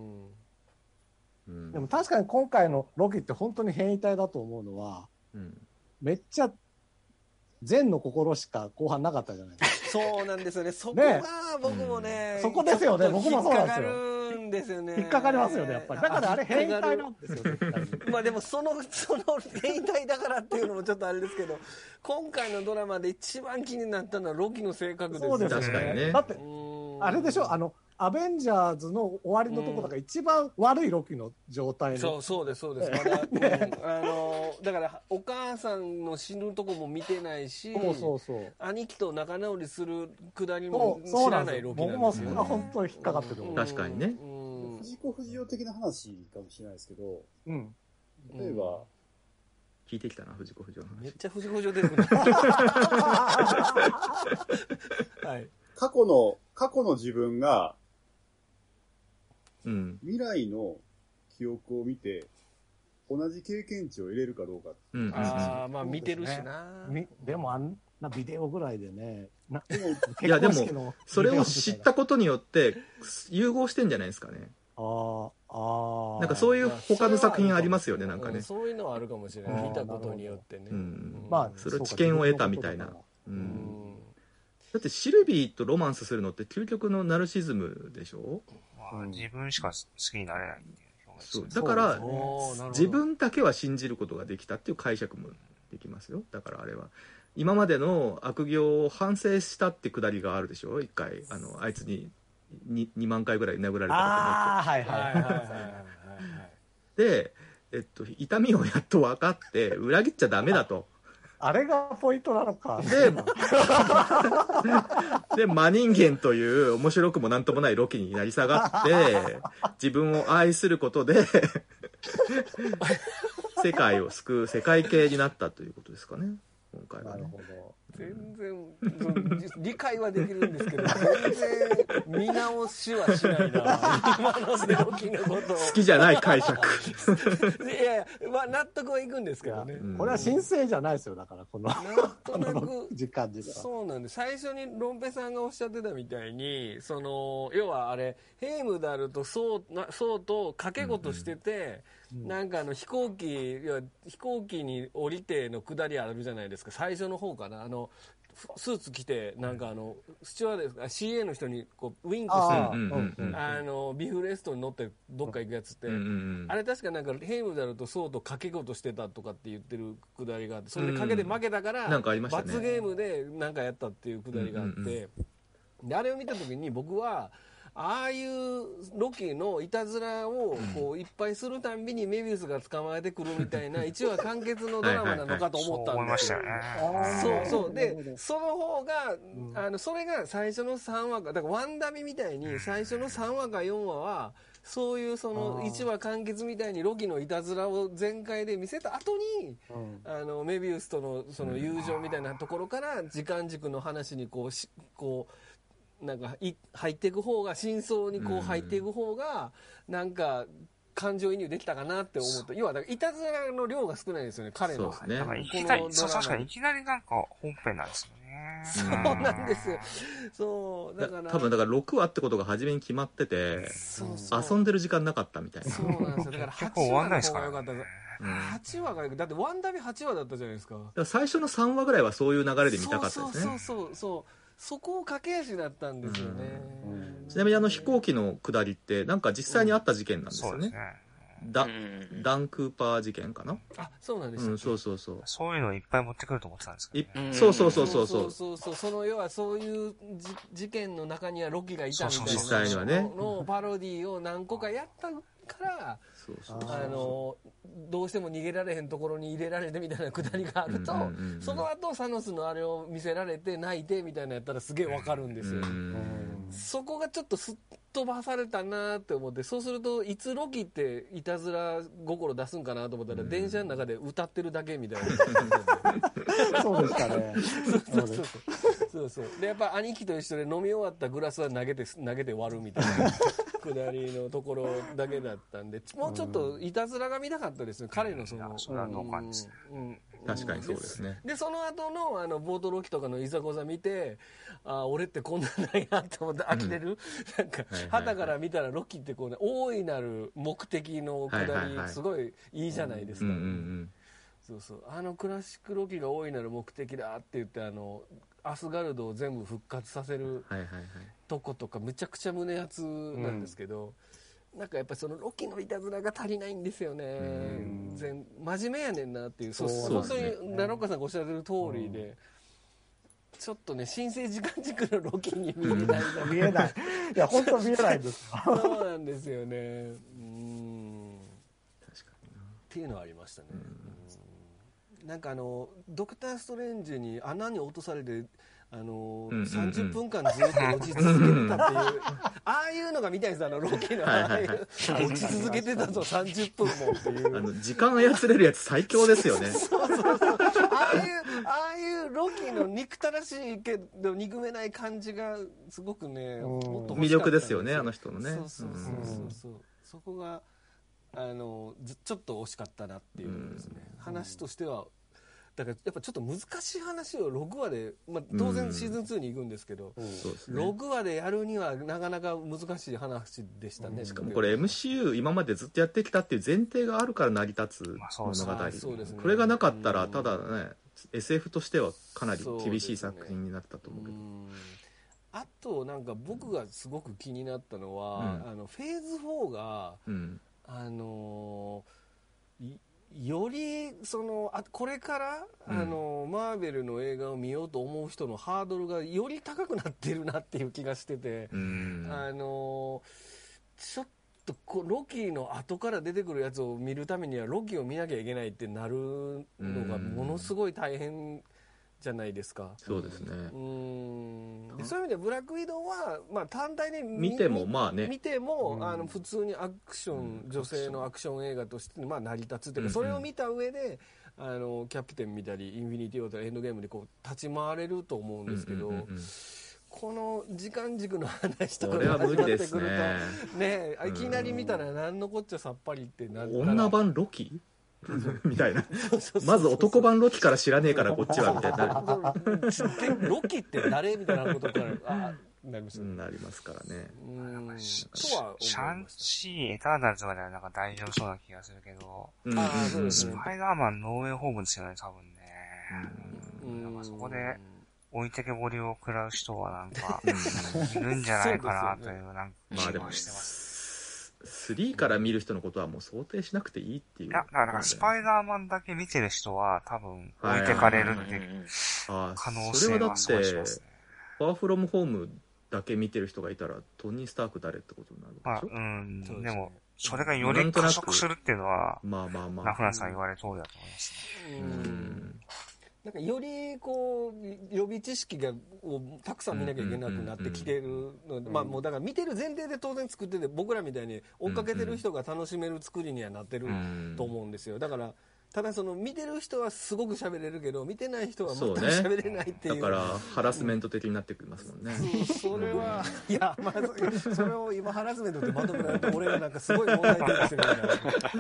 でも確かに今回のロキって本当に変異体だと思うのは、めっちゃ善の心しか後半なかったじゃないですか。そうなんですよね。そこが僕もね、 そこですよね。僕もそうなんですよ。 ですよね。 引っかかりますよね、やっぱり。だからあれ変異体なんですよね。 まあでもその変異体だからっていうのもちょっとあれですけど、今回のドラマで一番気になったのはロキの性格ですよね。 そうですね。だって、あれでしょ、アベンジャーズの終わりのところだから一番悪いロキの状態そうです。まだだからお母さんの死ぬとこも見てないし、兄貴と仲直りするくだりも知らないロキなんですよ。 僕も本当に引っかかってる。 確かにね。 藤子不二雄的な話かもしれないですけど、例えば、 聞いてきたな、藤子不二雄の話。 めっちゃ藤子不二雄出てくる。 はい。過去の自分が、未来の記憶を見て、同じ経験値を入れるかどうか。 まあ見てるしな。 でもあんなビデオぐらいでね。 いやでも、それを知ったことによって、融合してんじゃないですかね。なんかそういう他の作品ありますよね、なんかね。 そういうのはあるかもしれない。見たことによってね。 まあ、それを知見を得たみたいな。だってシルビーとロマンスするのって究極のナルシズムでしょ？ 自分しか好きになれないっていう表現。 そう。だから、自分だけは信じることができたっていう解釈もできますよ。だからあれは。今までの悪行を反省したってくだりがあるでしょ？一回、あいつに2万回ぐらい殴られたことで、痛みをやっと分かって、裏切っちゃダメだと。 あれがポイントなのか。 で、真人間という面白くもなんともないロキになり下がって、自分を愛することで、世界を救う世界系になったということですかね、今回は、ね。 なるほど。 全然理解はできるんですけど、全然見直しはしないな。今のロキのことを。 好きじゃない解釈。 いや、まあ納得はいくんですけどね。 これは神聖じゃないですよ、だからこの。 なんとなく時間です。 そうなんです。最初にロンペさんがおっしゃってたみたいに、要はあれヘイムダルとソウと掛け事してて、なんか飛行機に降りての下りあるじゃないですか。最初の方かな。スーツ着て、なんかスチュワーデス、CA の人にこうウィンクして、ビフレストに乗ってどっか行くやつって、あれ確かなんかヘイムダルとソウと掛け事してたとかって言ってるくだりがあって、それで賭けで負けたから、罰ゲームでなんかやったっていうくだりがあって、で、あれを見た時に僕は、ああいうロキのいたずらをこういっぱいするたんびにメビウスが捕まえてくるみたいな一話完結のドラマなのかと思ったんですよ。そうで、その方がそれが最初の3話か、だからワンダミみたいに最初の3話か4話はそういうその1話完結みたいにロキのいたずらを全開で見せた後に、メビウスとのその友情みたいなところから時間軸の話にこうなんか入っていく方が、真相にこう入っていく方がなんか感情移入できたかなって思った。要はだからいたずらの量が少ないですよね、彼の。 そうですね。 だから確かにいきなりなんか本編なんですよね。 そうなんですよ。そうだから多分だから6話ってことが初めに決まってて、遊んでる時間なかったみたいな。 そうなんですよ。だから8話の方が良かった。8話がよく、だってワンダビ8話だったじゃないですか。 最初の3話ぐらいはそういう流れで見たかったですね。 そこを駆け足だったんですよね。 ちなみに飛行機の下りってなんか実際にあった事件なんですよね。ダン・クーパー事件かな。 あ、そうなんですよ。 そうそういうのをいっぱい持ってくると思ってたんですけど、ね。 そう。 その要はそういう事件の中にはロキがいたみたいな。 実際にはね。 のパロディを何個かやったから、どうしても逃げられへんところに入れられてみたいなくだりがあると、その後サノスのあれを見せられて泣いてみたいなやったらすげえわかるんですよ。そこがちょっとすっ飛ばされたなって思って、そうするといつロキっていたずら心出すんかなと思ったら、電車の中で歌ってるだけみたいな。そうでしたね。 そうでやっぱ兄貴と一緒で飲み終わったグラスは投げて割るみたいなくだりのところだけだったんで、もうちょっといたずらが見たかったですね、彼のその。 確かにそうですね。 でその後のボートロキとかのいざこざ見て、俺ってこんなんなんやと思って呆れる。なんか旗から見たらロキってこうね、大いなる目的のくだりすごいいいじゃないですか。そうクラシックロキが大いなる目的だって言ってアスガルドを全部復活させるとことかむちゃくちゃ胸熱なんですけど、なんかやっぱりそのロキのいたずらが足りないんですよね。真面目やねんなっていう、本当にラロッカさんがおっしゃってる通りで、ちょっとね、新生時間軸のロキに見えない。 見えない。いや、本当見えないんですよ。 そうなんですよね。確かにな。っていうのはありましたね。なんかドクター・ストレンジに穴に落とされて30分間ずっと落ち続けてたっていうああいうのが見たいです。ロキの落ち続けてたぞ30分もっていう時間操れるやつ最強ですよね。 ああいうロキの憎たらしいけど憎めない感じがすごくね、もっと魅力ですよね、あの人のね。 そこがちょっと惜しかったなっていうですね。話としてはだからやっぱちょっと難しい話を6話で、当然シーズン2に行くんですけど、6話でやるにはなかなか難しい話でしたね。 しかもこれ MCU 今までずっとやってきたっていう前提があるから成り立つ物語、これがなかったらただね、SF としてはかなり厳しい作品になったと思うけど、 あとなんか僕がすごく気になったのは、フェーズ4が、よりこれから、マーベルの映画を見ようと思う人のハードルがより高くなってるなっていう気がしてて、ちょっとロキの後から出てくるやつを見るためにはロキを見なきゃいけないってなるのがものすごい大変じゃないですか。 そうですね。 そういう意味でブラックウィドウは、単体で見ても普通にアクション、女性のアクション映画として成り立つというか、それを見た上でキャプテン見たりインフィニティウォーとかエンドゲームで立ち回れると思うんですけど、この時間軸の話とかが始まってくるとね、いきなり見たら何のこっちゃさっぱりってなるから、 女版ロキみたいな。まず男版ロキから知らねえからこっちはみたいな。ロキって誰みたいなことからなりますからね。 シャンチー、エターナルズまではなんか大丈夫そうな気がするけど、スパイダーマンノーウェイホームですよね、多分ね。なんかそこで置いてけぼりを食らう人はなんかいるんじゃないかなというなんか気がしてます。 3から見る人のことはもう想定しなくていいっていう。 いや、だからスパイダーマンだけ見てる人は多分置いてかれるっていう可能性はすごいしますね。 ファーフロムホームだけ見てる人がいたらトニー・スターク誰ってことになるでしょ。 でもそれがより加速するっていうのはラフランさん言われる通りだと思いますね。 なんかよりこう予備知識をたくさん見なきゃいけなくなってきてるので、まあもうだから見てる前提で当然作ってて、僕らみたいに追っかけてる人が楽しめる作りにはなってると思うんですよ。だからただその見てる人はすごく喋れるけど見てない人は全く喋れないっていう、 だからハラスメント的になってきますもんね。 それはいや、まあ、それを今ハラスメントってまとめられると俺がなんかすごい問題提起してるみたいな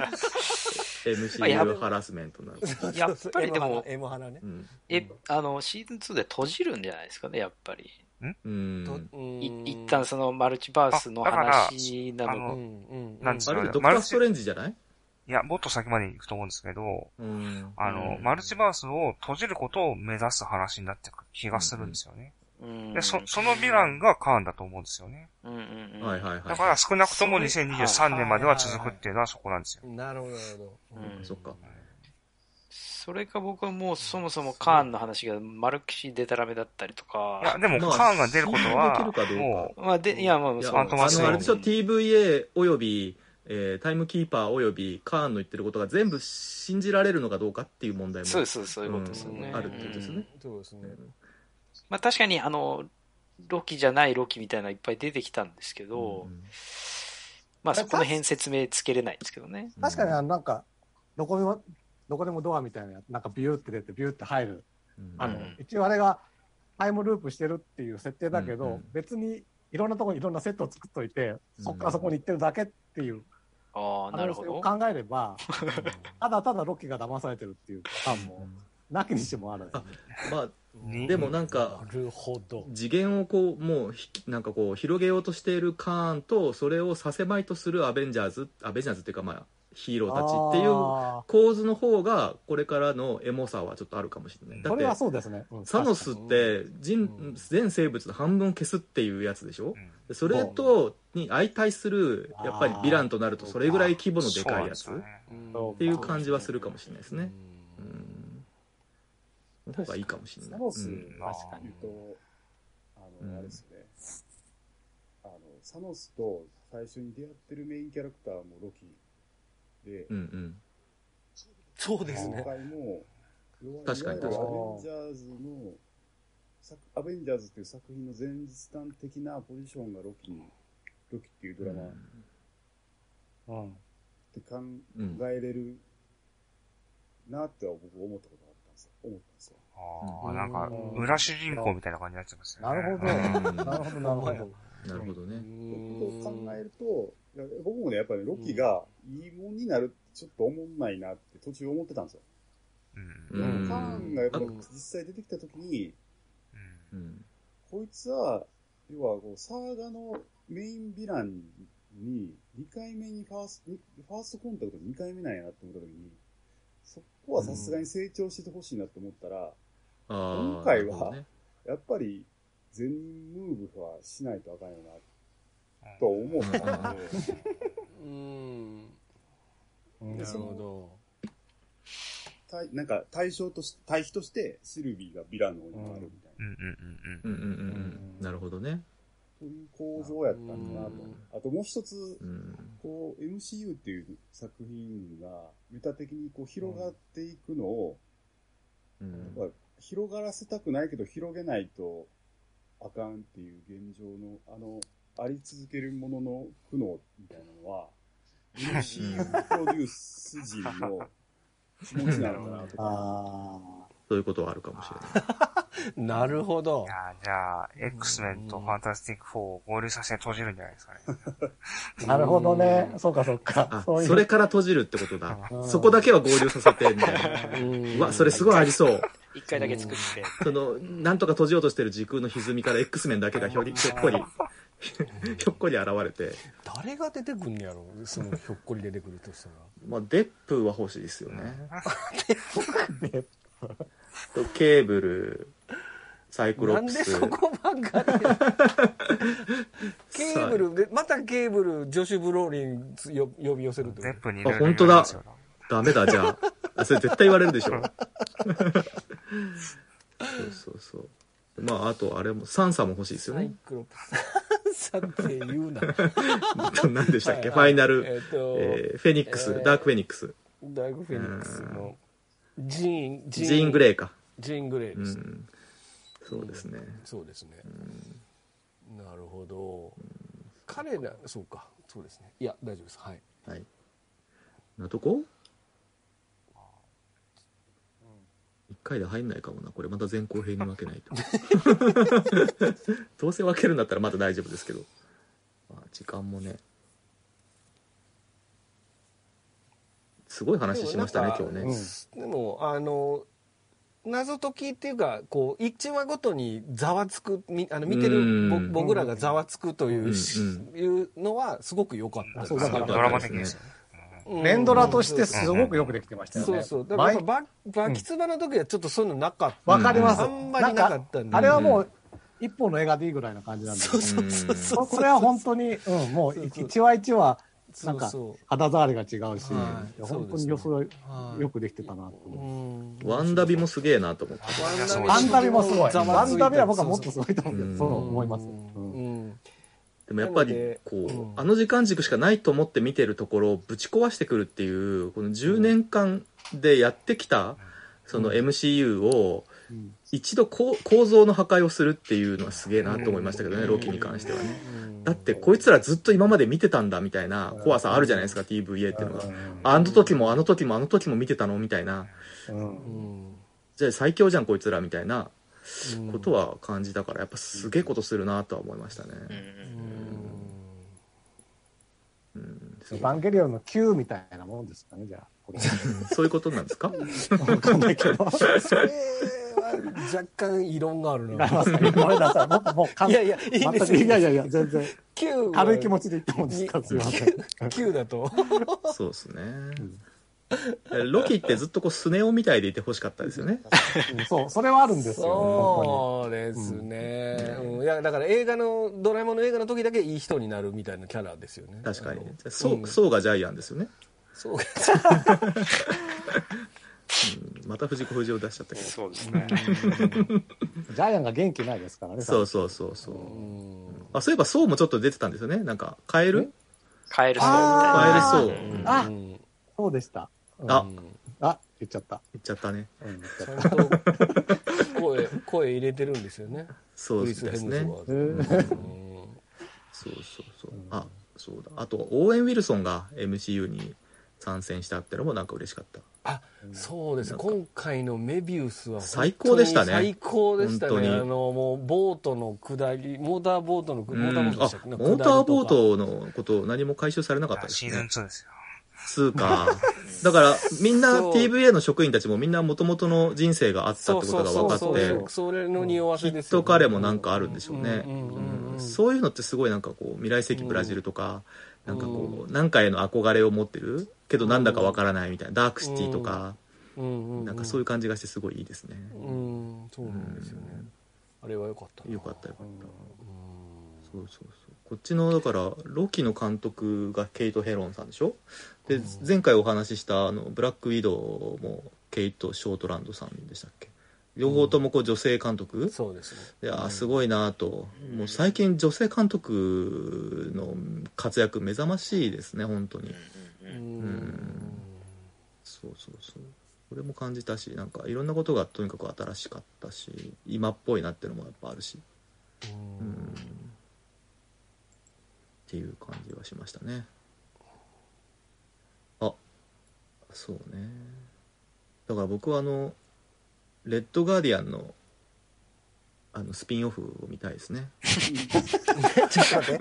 MCU ハラスメントなる。 やっぱりでも M ハラね、 シーズン2で閉じるんじゃないですかね、やっぱり。一旦そのマルチバースの話なの。 あれドクターストレンジじゃない？ いや、もっと先まで行くと思うんですけど、マルチバースを閉じることを目指す話になってくる気がするんですよね。で、そのヴィランがカーンだと思うんですよね。だから少なくとも2023年までは続くっていうのはそこなんですよ。 なるほど、なるほど。 そっか。 それか僕はもうそもそもカーンの話が丸きしデタラメだったりとか。 いや、でもカーンが出ることは、 もう、まあいや、まあ、 あれでしょ、TVA および、タイムキーパーおよびカーンの言ってることが全部信じられるのかどうかっていう問題もそういうことですよね。 あるってことですね。 そうですね。 まあ確かにロキじゃないロキみたいなのいっぱい出てきたんですけど、まあそこの辺説明つけれないんですけどね。 確かになんかどこでもドアみたいななんかビューって出てビューって入る、一応あれがタイムループしてるっていう設定だけど、別にいろんなところにいろんなセットを作っといて、そこからそこに行ってるだけっていうなるほど。 考えればただただロキが騙されてるっていう感もなきにしてもある。 まあでもなんか次元をこうもうなんかこう広げようとしているカーンとそれをさせまいとするアベンジャーズっていうかまあヒーローたちっていう構図の方がこれからのエモさはちょっとあるかもしれない。だってそれはそうですね、 サノスって全生物の半分消すっていうやつでしょ、それとに相対するやっぱりヴィランとなるとそれぐらい規模のでかいやつっていう感じはするかもしれないですね。の方がいいかもしれない。 サノス言うとあれですね、サノスと最初に出会ってるメインキャラクターもロキで、 そうですね。 今回も確かにアベンジャーズっていう作品の前日談的なポジションがロキっていうドラマって考えれるなって僕思ったことがあったんですよ。 なんか裏主人公みたいな感じになっちゃいますね。 なるほど。なるほどなるほどね。 そう考えると僕もねやっぱりロキがいいもんになるってちょっと思んないなって途中思ってたんですよ。カーンがやっぱり実際出てきたときに、こいつは要はこうサーガのメインヴィランに2回目にファーストコンタクト2回目なんやなって思ったときに、そこはさすがに成長してほしいなって思ったら、今回はやっぱり全ムーブはしないとあかんよなと思ったのでなるほど。 なんか対比としてシルビーがヴィランの方に回るみたいな。なるほどね。 そういう構造やったんだなと。あともう一つ、こう MCU っていう作品がメタ的にこう広がっていくのを、広がらせたくないけど広げないとあかんっていう現状のあり続けるものの苦悩みたいなのは MCU プロデュース陣の気持ちなのかなとか。 そういうことはあるかもしれない。 なるほど。 いやじゃあ X メンとファンタスティック4を合流させて閉じるんじゃないですかね。 なるほどね。そうかそうか。 それから閉じるってことだ。そこだけは合流させてみたいな。うわ、それすごいありそう。 一回だけ作って。 なんとか閉じようとしてる時空の歪みから X メンだけがひょっこり現れて。 誰が出てくんやろ、そのひょっこり出てくるとしたら。 まあデップは欲しいですよね。ケーブル、サイクロプス。 なんでそこばっかりケーブル、またケーブル、ジョシュ・ブローリン呼び寄せるって。 デップに本当だ。ダメだ、じゃあ。それ絶対言われるでしょ。そう。まあ、あと、あれも、サンサも欲しいですよね。 サイクロプス。サンサって言うな。 何でしたっけ、ファイナル、フェニックス、ダークフェニックス。 ダークフェニックスのジーン・グレイか。 ジーン・グレイですね、 そうですね、 そうですね、なるほど、彼らそうか、そうですね、いや大丈夫です、はいはい、なとこ1回で入んないかもな、これまた前後編に分けないとどうせ分けるんだったらまだ大丈夫ですけど、時間もねすごい話しましたね今日ね。 でも謎解きっていうかこう1話ごとにざわつく見てる僕らがざわつくというのはすごく良かったです。 そうだからドラマ的ですね。連ドラとしてすごくよくできてましたよね。 そうだからバキツバの時はちょっとそういうのなかった。 わかります。 あんまりなかったんで。 あれはもう一本の映画でいいぐらいな感じなんで。そう。これは本当にもう一話一話なんか肌触りが違うし、本当によくできてたなと思う。 ワンダビもすげえなと思って。 ワンダビもすごい。ワンダビは僕はもっとすごいと思うけど、そう思います。 でもやっぱりこうあの時間軸しかないと思って見てるところをぶち壊してくるっていうこの10年間でやってきたその MCU を一度構造の破壊をするっていうのはすげえなと思いましたけどね、ロキに関してはね。だってこいつらずっと今まで見てたんだみたいな怖さあるじゃないですか、 TVA っていうのが。あの時も見てたのみたいな、じゃあ最強じゃんこいつらみたいなことは感じたから、やっぱすげえことするなとは思いましたね。 エヴァンゲリオンの Q みたいなものですかね、じゃあ。 そういうことなんですか？ わかんないけど。 それは若干異論があるな。 ごめんなさい。もういやいや、いいですよ。 いや、全然。軽い気持ちで言ったもんですから、すいません。 9だと。 そうですね。ロキってずっとこうスネ夫みたいでいてほしかったですよね。 そう、それはあるんですよ。 そうですね。いやだからドラえもんの映画の時だけいい人になるみたいなキャラですよね。 確かに。そうがジャイアンですよね。 そうが。 また藤子不二雄出しちゃったけど。 そうですね。 ジャイアンが元気ないですからね。 そう。そういえばそうもちょっと出てたんですよね。なんかカエルそうみたいな。カエルそう。 あ、そうでした。言っちゃった。 言っちゃったね。 ちゃんと声入れてるんですよね。 そうですね。そう。そうだ。あとオーウェン・ウィルソンが MCU に参戦したってのもなんか嬉しかった。 そうです。今回のメビウスは最高でしたね。 最高でしたね。もうボートの下り、モーターボートのモーターボートのこと何も回収されなかったですね。 シーズン2ですよ。 つうかだからみんな TVA の職員たちもみんな元々の人生があったってことが分かってそれの匂わせですよね。 きっと彼もなんかあるんでしょうね。そういうのってすごいなんかこう未来世紀ブラジルとかなんかこう何かへの憧れを持ってるけどなんだか分からないみたいなダークシティとかなんかそういう感じがしてすごいいいですね。 そうなんですよね。あれは良かった。 よかった。そうこっちのだからロキの監督がケイト・ヘロンさんでしょ。で前回お話ししたブラックウィドウもケイト・ショートランドさんでしたっけ。両方ともこう女性監督、 そうですね。 いやすごいなと、もう最近女性監督の活躍目覚ましいですね本当に。そうこれも感じたし、なんかいろんなことがとにかく新しかったし今っぽいなっていうのもやっぱあるしっていう感じはしましたね。そうね。だから僕はレッドガーディアンのスピンオフを見たいですね。 ちょっと待って。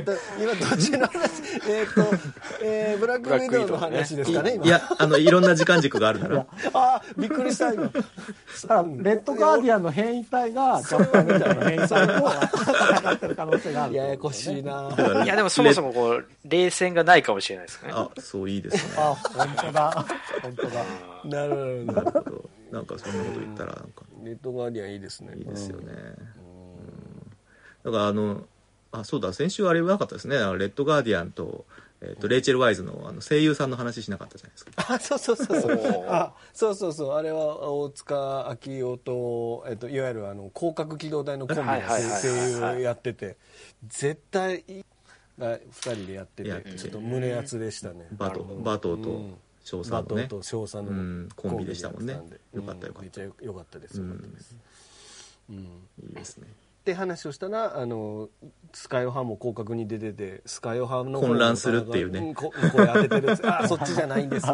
今どっちの話？ブラックウィドウの話ですかね。今いやいろんな時間軸があるなら。 びっくりした今。 レッドガーディアンの変異体がジャンパーみたいな変異体と戦ってる可能性がある。 ややこしいな。 いやでもそもそもこう冷戦がないかもしれないですね。 そういいですね。 本当だ。 なるほど。なんかそんなこと言ったらなんかレッドガーディアンいいですね。 いいですよね。だからそうだ先週あれなかったですね。レッドガーディアンとレイチェル・ワイズの声優さんの話しなかったじゃないですか。 そうあれは大塚明夫といわゆる広角機動隊のコンビで声優やってて絶対2人でやっててちょっと胸熱でしたね。 バトーと少佐のね。 と少佐のコンビでしたもんね。よかったよかった。 めっちゃよかったです。よかったです。 いいですね。 って話をしたらスカイオハも広角に出ててスカイオハの混乱するっていうね。 これ当ててるやつそっちじゃないんです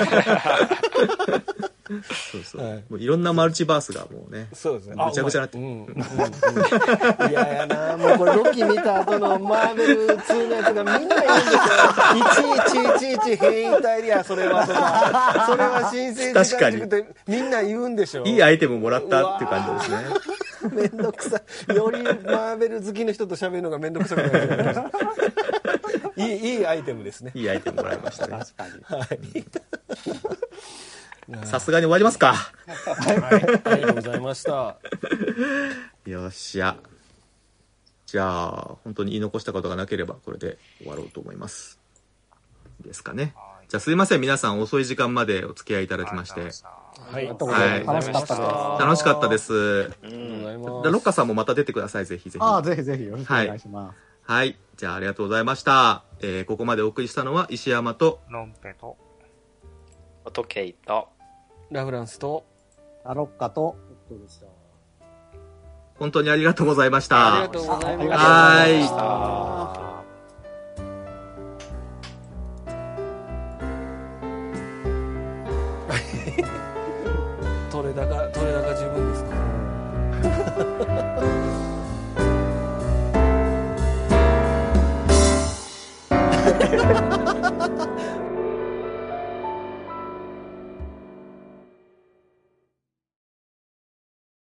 そうそう、はい、もういろんなマルチバースがもうね、 そうですね、 ぐちゃぐちゃなって、 いやいやな、もうこれロキ見た後のマーベル2のやつがみんな言うんですよ。1111変異体やそれはとか、それは新生児らしくてみんな言うんでしょ。 いいアイテムもらったっていう感じですね。めんどくさい。よりマーベル好きの人と喋るのがめんどくさくなる。いいアイテムですね。 いいアイテムもらいましたね。 確かに。 はい。 さすがに終わりますか。 はい、ありがとうございました。 よっしゃ。じゃあ本当に言い残したことがなければこれで終わろうと思います。いいですかね。じゃあすいません、皆さん遅い時間までお付き合いいただきまして。 はい、 楽しかったです。 楽しかったです。ロッカさんもまた出てください、ぜひぜひ。 ぜひぜひよろしくお願いします。 はい、じゃあありがとうございました。ここまでお送りしたのは石山とロンペと音ケイとラフランスとロッカと本当にありがとうございました。 ありがとうございました。 はい。 取れ高十分ですか。